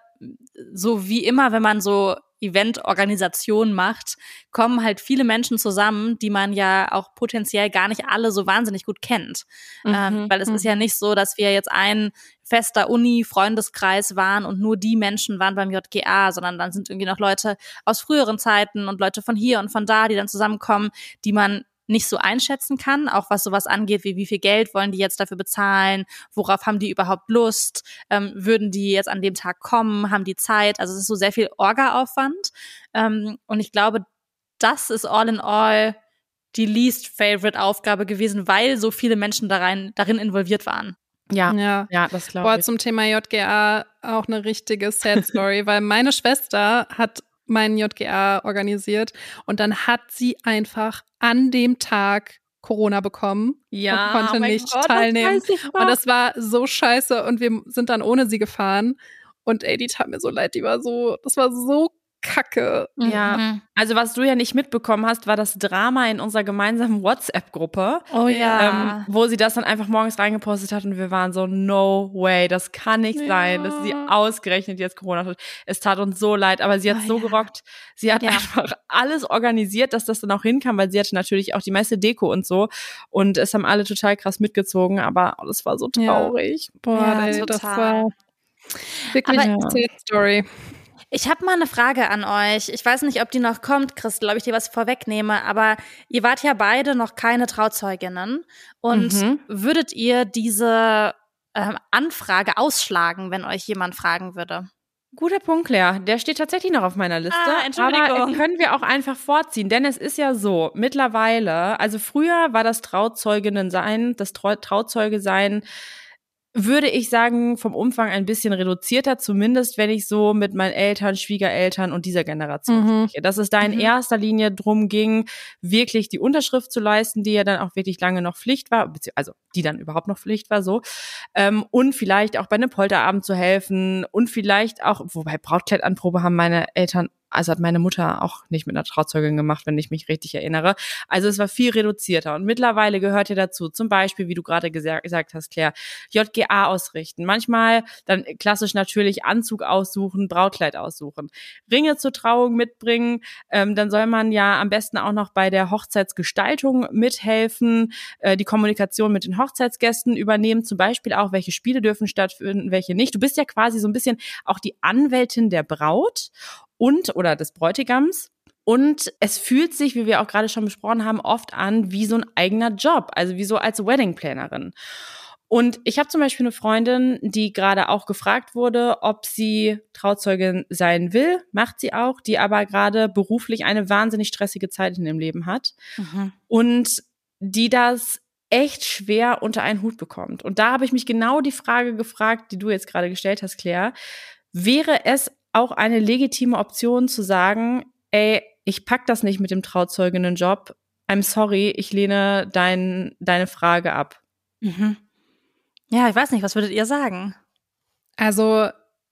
so wie immer, wenn man so Eventorganisation macht, kommen halt viele Menschen zusammen, die man ja auch potenziell gar nicht alle so wahnsinnig gut kennt. Mhm. Ähm, weil es mhm. ist ja nicht so, dass wir jetzt ein fester Uni-Freundeskreis waren und nur die Menschen waren beim J G A, sondern dann sind irgendwie noch Leute aus früheren Zeiten und Leute von hier und von da, die dann zusammenkommen, die man nicht so einschätzen kann, auch was sowas angeht, wie wie viel Geld wollen die jetzt dafür bezahlen, worauf haben die überhaupt Lust, ähm, würden die jetzt an dem Tag kommen, haben die Zeit, also es ist so sehr viel Orga-Aufwand ähm, und ich glaube, das ist all in all die least favorite Aufgabe gewesen, weil so viele Menschen darin, darin involviert waren. Ja, ja, ja, das glaube ich. Boah, zum Thema J G A auch eine richtige Sad Story, weil meine Schwester hat meinen J G A organisiert und dann hat sie einfach an dem Tag Corona bekommen ja, und konnte oh nicht Gott, teilnehmen. Das und das war so scheiße und wir sind dann ohne sie gefahren und ey, die tat mir so leid, die war so, das war so kacke. Ja, mhm. also was du ja nicht mitbekommen hast, war das Drama in unserer gemeinsamen WhatsApp-Gruppe. Oh ja. Ähm, wo sie das dann einfach morgens reingepostet hat und wir waren so, no way, das kann nicht ja. sein, dass sie ausgerechnet jetzt Corona hat. Es tat uns so leid, aber sie hat oh, so ja. gerockt. Sie hat ja. einfach alles organisiert, dass das dann auch hinkam, weil sie hatte natürlich auch die Messe-Deko und so und es haben alle total krass mitgezogen, aber oh, das war so traurig. Ja. Boah, ja, ey, total. das war wirklich aber, eine sad Story. Ich habe mal eine Frage an euch. Ich weiß nicht, ob die noch kommt, Christel, ob ich dir was vorwegnehme, aber ihr wart ja beide noch keine Trauzeuginnen. Und mhm. würdet ihr diese ähm, Anfrage ausschlagen, wenn euch jemand fragen würde? Guter Punkt, Claire. Der steht tatsächlich noch auf meiner Liste. Ah, Entschuldigung. Aber das können wir auch einfach vorziehen, denn es ist ja so, mittlerweile, also früher war das Trauzeuginnen-Sein, das Trau- Trauzeuge-Sein, würde ich sagen, vom Umfang ein bisschen reduzierter, zumindest wenn ich so mit meinen Eltern, Schwiegereltern und dieser Generation Mhm. spreche. Dass es da in Mhm. erster Linie drum ging, wirklich die Unterschrift zu leisten, die ja dann auch wirklich lange noch Pflicht war, bezieh- also die dann überhaupt noch Pflicht war, so. Ähm, und vielleicht auch bei einem Polterabend zu helfen und vielleicht auch, wobei Brautkleidanprobe haben meine Eltern, also hat meine Mutter auch nicht mit einer Trauzeugin gemacht, wenn ich mich richtig erinnere. Also es war viel reduzierter. Und mittlerweile gehört ja dazu, zum Beispiel, wie du gerade gesa- gesagt hast, Claire, J G A ausrichten. Manchmal dann klassisch natürlich Anzug aussuchen, Brautkleid aussuchen. Ringe zur Trauung mitbringen. Ähm, dann soll man ja am besten auch noch bei der Hochzeitsgestaltung mithelfen, äh, die Kommunikation mit den Hochzeitsgästen übernehmen. Zum Beispiel auch, welche Spiele dürfen stattfinden, welche nicht. Du bist ja quasi so ein bisschen auch die Anwältin der Braut und oder des Bräutigams. Und es fühlt sich, wie wir auch gerade schon besprochen haben, oft an wie so ein eigener Job, also wie so als Wedding-Plannerin. Und ich habe zum Beispiel eine Freundin, die gerade auch gefragt wurde, ob sie Trauzeugin sein will, macht sie auch, die aber gerade beruflich eine wahnsinnig stressige Zeit in ihrem Leben hat Mhm. und die das echt schwer unter einen Hut bekommt. Und da habe ich mich genau die Frage gefragt, die du jetzt gerade gestellt hast, Claire. Wäre es auch eine legitime Option zu sagen, ey, ich pack das nicht mit dem Trauzeuginnenjob, I'm sorry, ich lehne dein, deine Frage ab. Mhm. Ja, ich weiß nicht, was würdet ihr sagen? Also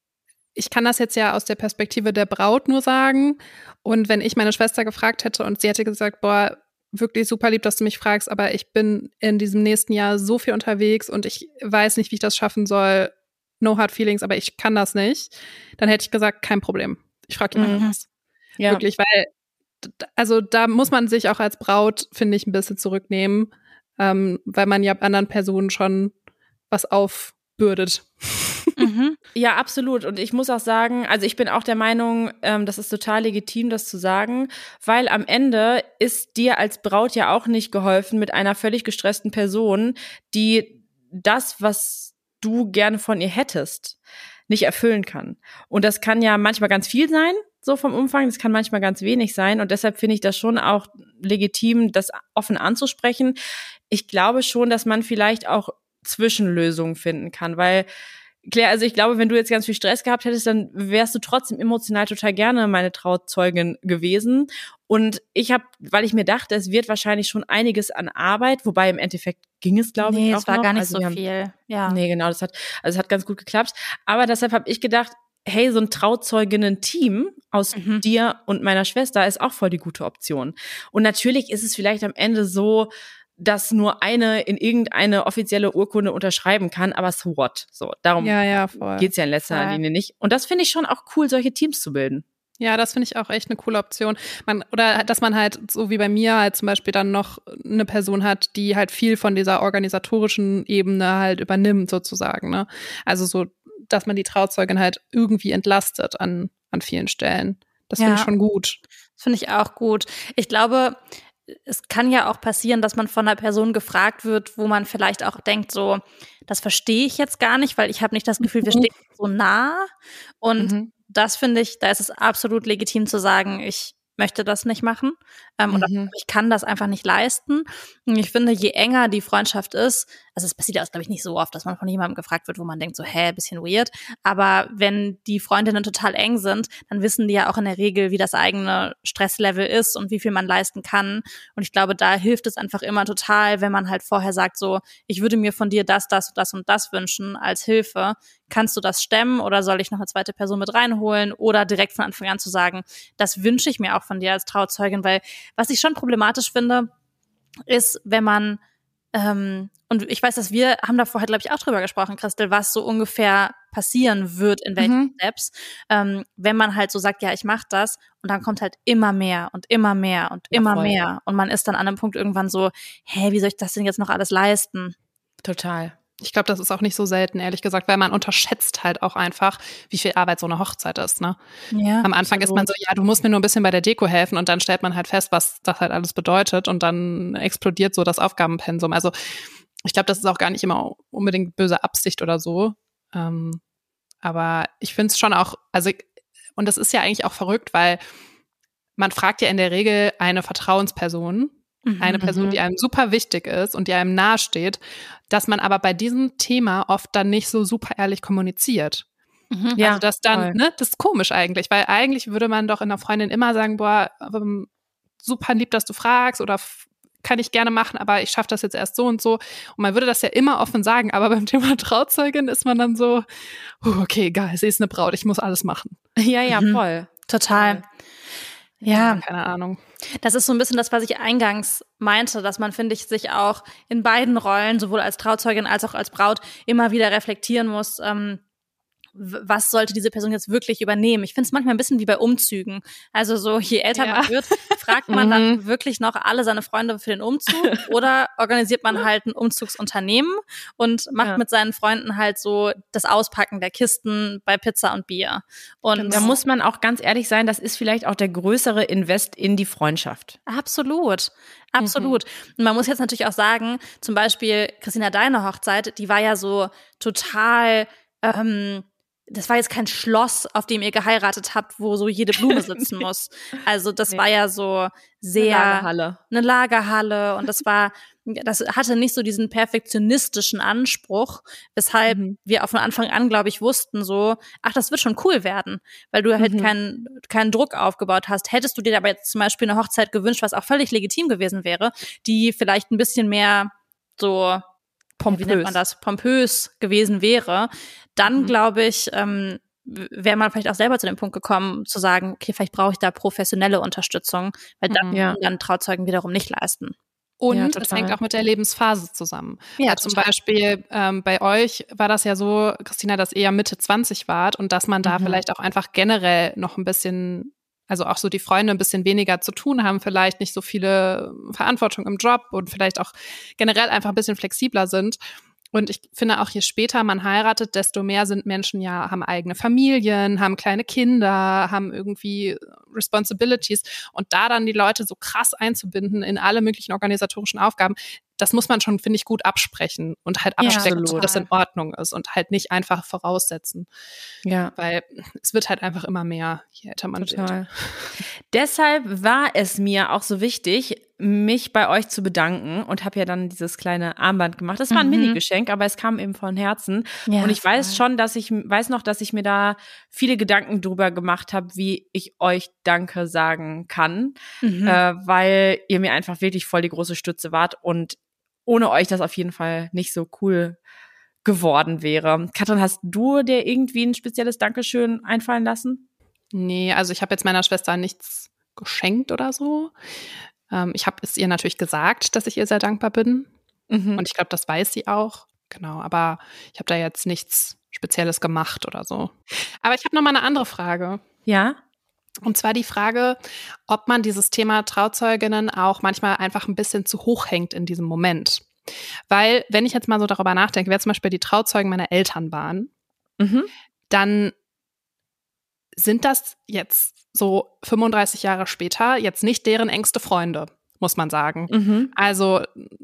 ich kann das jetzt ja aus der Perspektive der Braut nur sagen. Und wenn ich meine Schwester gefragt hätte und sie hätte gesagt, boah, wirklich super lieb, dass du mich fragst, aber ich bin in diesem nächsten Jahr so viel unterwegs und ich weiß nicht, wie ich das schaffen soll. No hard feelings, aber ich kann das nicht. Dann hätte ich gesagt, kein Problem. Ich frage jemand Mhm. anders. Ja. Wirklich, weil, d- also da muss man sich auch als Braut, finde ich, ein bisschen zurücknehmen, ähm, weil man ja anderen Personen schon was aufbürdet. Mhm. Ja, absolut. Und ich muss auch sagen, also ich bin auch der Meinung, ähm, das ist total legitim, das zu sagen, weil am Ende ist dir als Braut ja auch nicht geholfen mit einer völlig gestressten Person, die das, was du gerne von ihr hättest, nicht erfüllen kann. Und das kann ja manchmal ganz viel sein, so vom Umfang, das kann manchmal ganz wenig sein. Und deshalb finde ich das schon auch legitim, das offen anzusprechen. Ich glaube schon, dass man vielleicht auch Zwischenlösungen finden kann, weil Claire, also ich glaube, wenn du jetzt ganz viel Stress gehabt hättest, dann wärst du trotzdem emotional total gerne meine Trauzeugin gewesen. Und ich habe, weil ich mir dachte, es wird wahrscheinlich schon einiges an Arbeit, wobei im Endeffekt ging es, glaube nee, ich, auch es war noch. gar nicht Also so wir haben, viel. Ja. Nee, genau, das hat, also es hat ganz gut geklappt. Aber deshalb habe ich gedacht, hey, so ein Trauzeuginnen-Team aus Mhm. dir und meiner Schwester ist auch voll die gute Option. Und natürlich ist es vielleicht am Ende so, dass nur eine in irgendeine offizielle Urkunde unterschreiben kann, aber so what? So, darum Ja, ja, voll. geht's ja in letzter Voll. Linie nicht. Und das finde ich schon auch cool, solche Teams zu bilden. Ja, das finde ich auch echt eine coole Option. Man, oder dass man halt, so wie bei mir, halt zum Beispiel dann noch eine Person hat, die halt viel von dieser organisatorischen Ebene halt übernimmt, sozusagen. Ne? Also so, dass man die Trauzeugin halt irgendwie entlastet an, an vielen Stellen. Das finde Ja. ich schon gut. Das finde ich auch gut. Ich glaube, es kann ja auch passieren, dass man von einer Person gefragt wird, wo man vielleicht auch denkt, so, das verstehe ich jetzt gar nicht, weil ich habe nicht das Gefühl, wir stehen so nah. Und Mhm. das finde ich, da ist es absolut legitim zu sagen, ich möchte das nicht machen. Ähm, oder Mhm. ich kann das einfach nicht leisten. Und ich finde, je enger die Freundschaft ist, also es passiert auch, glaube ich, nicht so oft, dass man von jemandem gefragt wird, wo man denkt so, hä, bisschen weird. Aber wenn die Freundinnen total eng sind, dann wissen die ja auch in der Regel, wie das eigene Stresslevel ist und wie viel man leisten kann. Und ich glaube, da hilft es einfach immer total, wenn man halt vorher sagt so, ich würde mir von dir das, das, das und das wünschen als Hilfe. Kannst du das stemmen oder soll ich noch eine zweite Person mit reinholen? Oder direkt von Anfang an zu sagen, das wünsche ich mir auch von dir als Trauzeugin, weil was ich schon problematisch finde, ist, wenn man, ähm, und ich weiß, dass wir haben da vorher, glaube ich, auch drüber gesprochen, Christel, was so ungefähr passieren wird, in welchen Mhm. Steps, ähm, wenn man halt so sagt, ja, ich mache das und dann kommt halt immer mehr und immer mehr und Ja, immer voll. mehr und man ist dann an einem Punkt irgendwann so, hä, wie soll ich das denn jetzt noch alles leisten? Total. Ich glaube, das ist auch nicht so selten, ehrlich gesagt, weil man unterschätzt halt auch einfach, wie viel Arbeit so eine Hochzeit ist, ne? Ja, Am Anfang ist man so, ja, du musst mir nur ein bisschen bei der Deko helfen und dann stellt man halt fest, was das halt alles bedeutet und dann explodiert so das Aufgabenpensum. Also ich glaube, das ist auch gar nicht immer unbedingt böse Absicht oder so. Ähm, Aber ich finde es schon auch, also, und das ist ja eigentlich auch verrückt, weil man fragt ja in der Regel eine Vertrauensperson, mhm, eine Person, die einem super wichtig ist und die einem nahesteht, dass man aber bei diesem Thema oft dann nicht so super ehrlich kommuniziert. Mhm, also ja, das dann, voll. ne, das ist komisch eigentlich, weil eigentlich würde man doch in einer Freundin immer sagen, boah, ähm, super lieb, dass du fragst oder f- kann ich gerne machen, aber ich schaffe das jetzt erst so und so. Und man würde das ja immer offen sagen, aber beim Thema Trauzeugin ist man dann so, uh, okay, egal, sie ist eine Braut, ich muss alles machen. Ja, ja, mhm. voll. Total. Ja. ja, keine Ahnung. Das ist so ein bisschen das, was ich eingangs meinte, dass man, finde ich, sich auch in beiden Rollen, sowohl als Trauzeugin als auch als Braut, immer wieder reflektieren muss, ähm, was sollte diese Person jetzt wirklich übernehmen? Ich finde es manchmal ein bisschen wie bei Umzügen. Also so, je älter ja. man wird, fragt man dann wirklich noch alle seine Freunde für den Umzug oder organisiert man halt ein Umzugsunternehmen und macht ja. mit seinen Freunden halt so das Auspacken der Kisten bei Pizza und Bier. Und da muss man auch ganz ehrlich sein, das ist vielleicht auch der größere Invest in die Freundschaft. Absolut. Absolut. Mhm. Und man muss jetzt natürlich auch sagen, zum Beispiel Christina, deine Hochzeit, die war ja so total ähm, das war jetzt kein Schloss, auf dem ihr geheiratet habt, wo so jede Blume sitzen muss. Also das nee. war ja so sehr eine Lagerhalle. eine Lagerhalle und das war, das hatte nicht so diesen perfektionistischen Anspruch, weshalb mhm. wir auch von Anfang an, glaube ich, wussten so, ach, das wird schon cool werden, weil du halt mhm. keinen keinen Druck aufgebaut hast. Hättest du dir aber jetzt zum Beispiel eine Hochzeit gewünscht, was auch völlig legitim gewesen wäre, die vielleicht ein bisschen mehr so pompös, wie nennt man das, pompös gewesen wäre, dann mhm. glaube ich, ähm, wäre man vielleicht auch selber zu dem Punkt gekommen, zu sagen, okay, vielleicht brauche ich da professionelle Unterstützung, weil dann ja. kann dann Trauzeugen wiederum nicht leisten. Und ja, es hängt auch mit der Lebensphase zusammen. Ja, zum total. Beispiel ähm, bei euch war das ja so, Christina, dass ihr ja Mitte zwanzig wart und dass man da mhm. vielleicht auch einfach generell noch ein bisschen, also auch so die Freunde ein bisschen weniger zu tun haben, vielleicht nicht so viele Verantwortung im Job und vielleicht auch generell einfach ein bisschen flexibler sind. Und ich finde auch, je später man heiratet, desto mehr sind Menschen ja, haben eigene Familien, haben kleine Kinder, haben irgendwie Responsibilities. Und da dann die Leute so krass einzubinden in alle möglichen organisatorischen Aufgaben, das muss man schon, finde ich, gut absprechen und halt abstecken, ja, dass das in Ordnung ist und halt nicht einfach voraussetzen. Ja. Weil es wird halt einfach immer mehr, je älter man Total. wird. Deshalb war es mir auch so wichtig, mich bei euch zu bedanken und habe ja dann dieses kleine Armband gemacht. Das war ein mhm. Mini-Geschenk, aber es kam eben von Herzen. Ja, und ich weiß voll. schon, dass ich, weiß noch, dass ich mir da viele Gedanken drüber gemacht habe, wie ich euch Danke sagen kann, mhm. äh, weil ihr mir einfach wirklich voll die große Stütze wart und ohne euch das auf jeden Fall nicht so cool geworden wäre. Katrin, hast du dir irgendwie ein spezielles Dankeschön einfallen lassen? Nee, also ich habe jetzt meiner Schwester nichts geschenkt oder so. Ähm, ich habe es ihr natürlich gesagt, dass ich ihr sehr dankbar bin. Mhm. Und ich glaube, das weiß sie auch. Genau, aber ich habe da jetzt nichts Spezielles gemacht oder so. Aber ich habe noch mal eine andere Frage. Ja? Und zwar die Frage, ob man dieses Thema Trauzeuginnen auch manchmal einfach ein bisschen zu hoch hängt in diesem Moment. Weil, wenn ich jetzt mal so darüber nachdenke, wer zum Beispiel die Trauzeugen meiner Eltern waren, mhm. dann sind das jetzt so fünfunddreißig Jahre später jetzt nicht deren engste Freunde, muss man sagen. Mhm. Also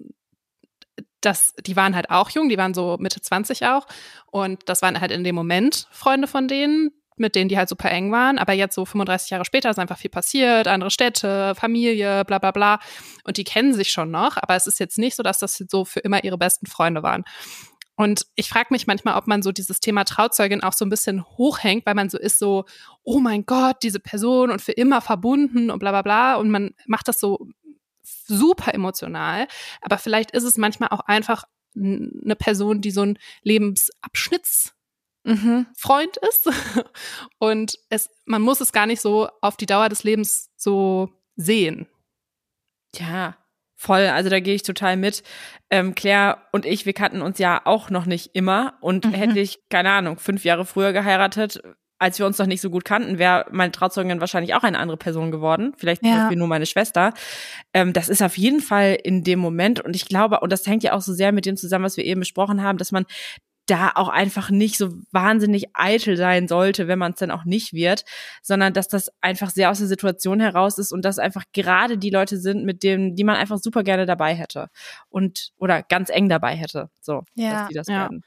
das, die waren halt auch jung, die waren so Mitte zwanzig auch und das waren halt in dem Moment Freunde von denen, mit denen die halt super eng waren, aber jetzt so fünfunddreißig Jahre später ist einfach viel passiert, andere Städte, Familie, bla bla bla und die kennen sich schon noch, aber es ist jetzt nicht so, dass das so für immer ihre besten Freunde waren. Und ich frage mich manchmal, ob man so dieses Thema Trauzeugin auch so ein bisschen hochhängt, weil man so ist so, oh mein Gott, diese Person und für immer verbunden und bla bla bla und man macht das so super emotional, aber vielleicht ist es manchmal auch einfach eine Person, die so ein Lebensabschnitts Mhm. Freund ist und es, man muss es gar nicht so auf die Dauer des Lebens so sehen. Ja, voll, also da gehe ich total mit. Ähm, Claire und ich, wir kannten uns ja auch noch nicht immer und mhm. hätte ich, keine Ahnung, fünf Jahre früher geheiratet, als wir uns noch nicht so gut kannten, wäre meine Trauzeugin wahrscheinlich auch eine andere Person geworden, vielleicht ja. zum Beispiel nur meine Schwester. Ähm, das ist auf jeden Fall in dem Moment und ich glaube, und das hängt ja auch so sehr mit dem zusammen, was wir eben besprochen haben, dass man da auch einfach nicht so wahnsinnig eitel sein sollte, wenn man es dann auch nicht wird, sondern dass das einfach sehr aus der Situation heraus ist und dass einfach gerade die Leute sind, mit denen, die man einfach super gerne dabei hätte und oder ganz eng dabei hätte, so, ja, dass die das ja. werden.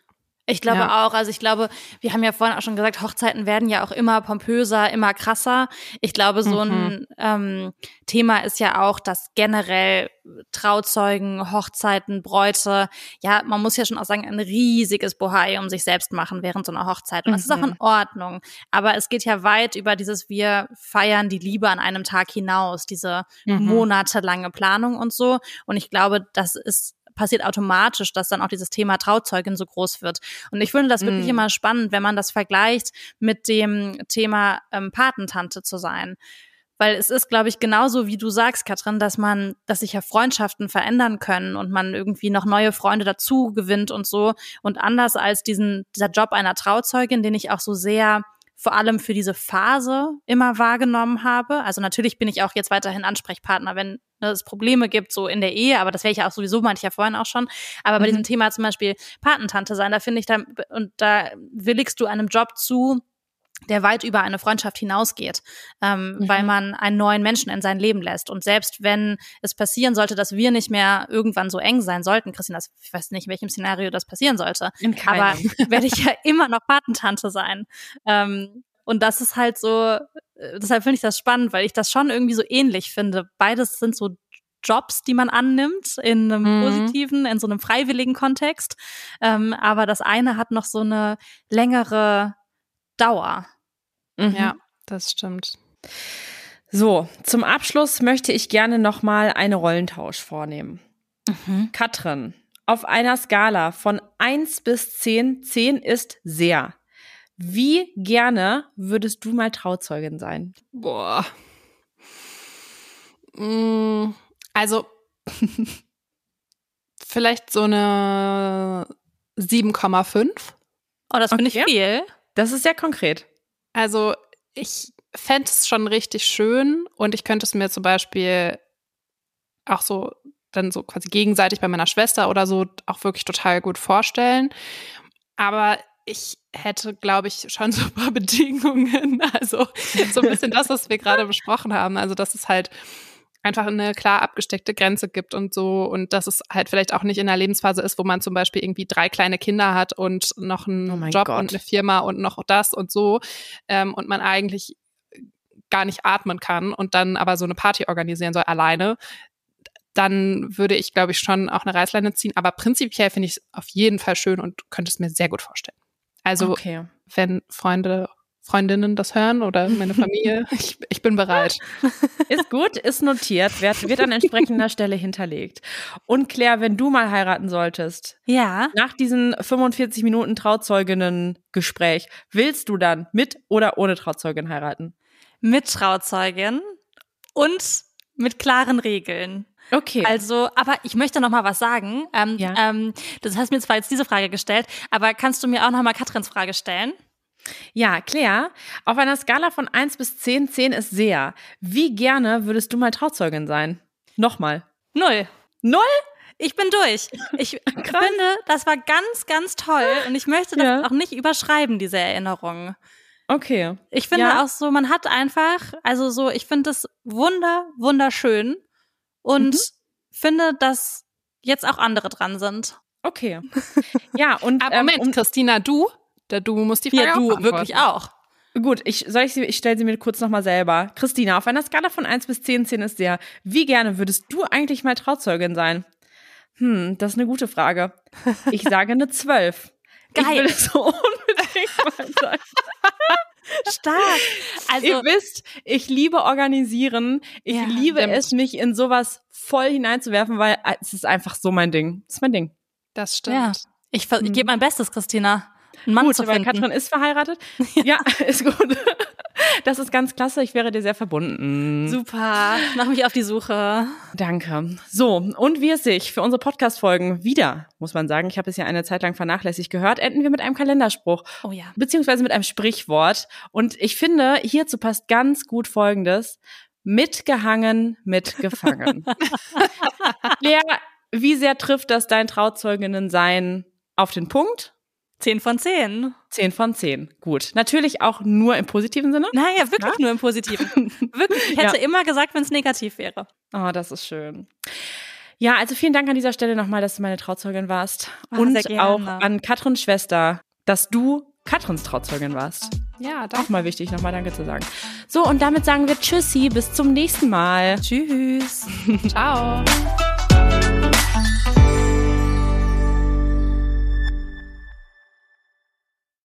Ich glaube Ja. auch, also ich glaube, wir haben ja vorhin auch schon gesagt, Hochzeiten werden ja auch immer pompöser, immer krasser. Ich glaube, so Mhm. ein ähm, Thema ist ja auch, dass generell Trauzeugen, Hochzeiten, Bräute, ja, man muss ja schon auch sagen, ein riesiges Bohai um sich selbst machen während so einer Hochzeit. Und das ist auch in Ordnung. Aber es geht ja weit über dieses, wir feiern die Liebe an einem Tag hinaus, diese Mhm. monatelange Planung und so. Und ich glaube, das ist passiert automatisch, dass dann auch dieses Thema Trauzeugin so groß wird. Und ich finde das wirklich Mm. immer spannend, wenn man das vergleicht mit dem Thema ähm, Patentante zu sein. Weil es ist, glaube ich, genauso wie du sagst, Katrin, dass man, dass sich ja Freundschaften verändern können und man irgendwie noch neue Freunde dazu gewinnt und so. Und anders als diesen, dieser Job einer Trauzeugin, den ich auch so sehr vor allem für diese Phase immer wahrgenommen habe. Also natürlich bin ich auch jetzt weiterhin Ansprechpartner, wenn es Probleme gibt, so in der Ehe, aber das wäre ich ja auch sowieso, meinte ich ja vorhin auch schon. Aber bei Mhm. diesem Thema zum Beispiel Patentante sein, da finde ich, da, und da willigst du einem Job zu, der weit über eine Freundschaft hinausgeht, ähm, Mhm. weil man einen neuen Menschen in sein Leben lässt. Und selbst wenn es passieren sollte, dass wir nicht mehr irgendwann so eng sein sollten, Christina, das, ich weiß nicht, in welchem Szenario das passieren sollte, In keinem. aber werde ich ja immer noch Patentante sein. Ähm, und das ist halt so, äh, deshalb finde ich das spannend, weil ich das schon irgendwie so ähnlich finde. Beides sind so Jobs, die man annimmt, in einem Mhm. positiven, in so einem freiwilligen Kontext. Ähm, aber das eine hat noch so eine längere Dauer. Mhm. Ja, das stimmt. So, zum Abschluss möchte ich gerne nochmal einen Rollentausch vornehmen. Mhm. Katrin, auf einer Skala von eins bis zehn, zehn ist sehr. Wie gerne würdest du mal Trauzeugin sein? Boah. Mm, Also, vielleicht so eine sieben Komma fünf. Oh, das finde ich Okay. viel. Das ist sehr konkret. Also, ich fände es schon richtig schön und ich könnte es mir zum Beispiel auch so dann so quasi gegenseitig bei meiner Schwester oder so auch wirklich total gut vorstellen. Aber ich hätte, glaube ich, schon so ein paar Bedingungen. Also so ein bisschen das, was wir gerade besprochen haben. Also dass es halt einfach eine klar abgesteckte Grenze gibt und so und dass es halt vielleicht auch nicht in einer Lebensphase ist, wo man zum Beispiel irgendwie drei kleine Kinder hat und noch einen Oh mein Job Gott. und eine Firma und noch das und so ähm, und man eigentlich gar nicht atmen kann und dann aber so eine Party organisieren soll alleine, dann würde ich, glaube ich, schon auch eine Reißleine ziehen. Aber prinzipiell finde ich es auf jeden Fall schön und könnte es mir sehr gut vorstellen. Also Okay. wenn Freunde, Freundinnen das hören oder meine Familie, ich, ich bin bereit. Ist gut, ist notiert, wird, wird an entsprechender Stelle hinterlegt. Und Claire, wenn du mal heiraten solltest, Ja. nach diesen fünfundvierzig Minuten Trauzeuginnen-Gespräch, willst du dann mit oder ohne Trauzeugin heiraten? Mit Trauzeugin und mit klaren Regeln. Okay. Also, aber ich möchte noch mal was sagen. Ähm, Ja. ähm, das hast mir zwar jetzt diese Frage gestellt, aber kannst du mir auch noch mal Katrins Frage stellen? Ja, Claire, auf einer Skala von eins bis zehn, zehn ist sehr. Wie gerne würdest du mal Trauzeugin sein? Nochmal. Null. Null? Ich bin durch. Ich finde, das war ganz, ganz toll und ich möchte das Ja. auch nicht überschreiben, diese Erinnerung. Okay. Ich finde Ja. auch so, man hat einfach, also so, ich finde das wunder, wunderschön und Mhm. finde, dass jetzt auch andere dran sind. Okay. Ja, und Aber ähm, Moment, um, Christina, du? Da du musst die Frage Ja, auch du, beantworten. wirklich auch. gut, ich soll ich sie, ich stelle sie mir kurz nochmal selber. Christina, auf einer Skala von eins bis zehn, zehn ist sehr. Wie gerne würdest du eigentlich mal Trauzeugin sein? Hm, das ist eine gute Frage. Ich sage eine zwölf. Ich Geil. will es so unbedingt mal sein. Stark. Also, Ihr wisst, ich liebe organisieren. Ich Ja, liebe stimmt. es, mich in sowas voll hineinzuwerfen, weil äh, es ist einfach so mein Ding. Das ist mein Ding. Das stimmt. ja, ich, ver- ich Mhm. gebe mein Bestes, Christina, einen Mann Gut, zu weil finden. Katrin ist verheiratet. Ja, ist gut. Das ist ganz klasse. Ich wäre dir sehr verbunden. Super, mach mich auf die Suche. Danke. So, und wie es sich für unsere Podcast-Folgen wieder, muss man sagen, ich habe es ja eine Zeit lang vernachlässigt gehört, enden wir mit einem Kalenderspruch, Oh ja. beziehungsweise mit einem Sprichwort. Und ich finde, hierzu passt ganz gut Folgendes. Mitgehangen, mitgefangen. Lea, wie sehr trifft das dein Trauzeuginnen-Sein auf den Punkt? Zehn von zehn. Zehn von zehn. Gut. Natürlich auch nur im positiven Sinne. Naja, wirklich Ja? nur im Positiven. Wirklich, ich hätte Ja. immer gesagt, wenn es negativ wäre. Oh, das ist schön. Ja, also vielen Dank an dieser Stelle nochmal, dass du meine Trauzeugin warst. Ah, und sehr gerne. auch an Katrins Schwester, dass du Katrins Trauzeugin warst. Ja, Auch danke. mal wichtig, nochmal Danke zu sagen. So, und damit sagen wir Tschüssi, bis zum nächsten Mal. Tschüss. Ciao.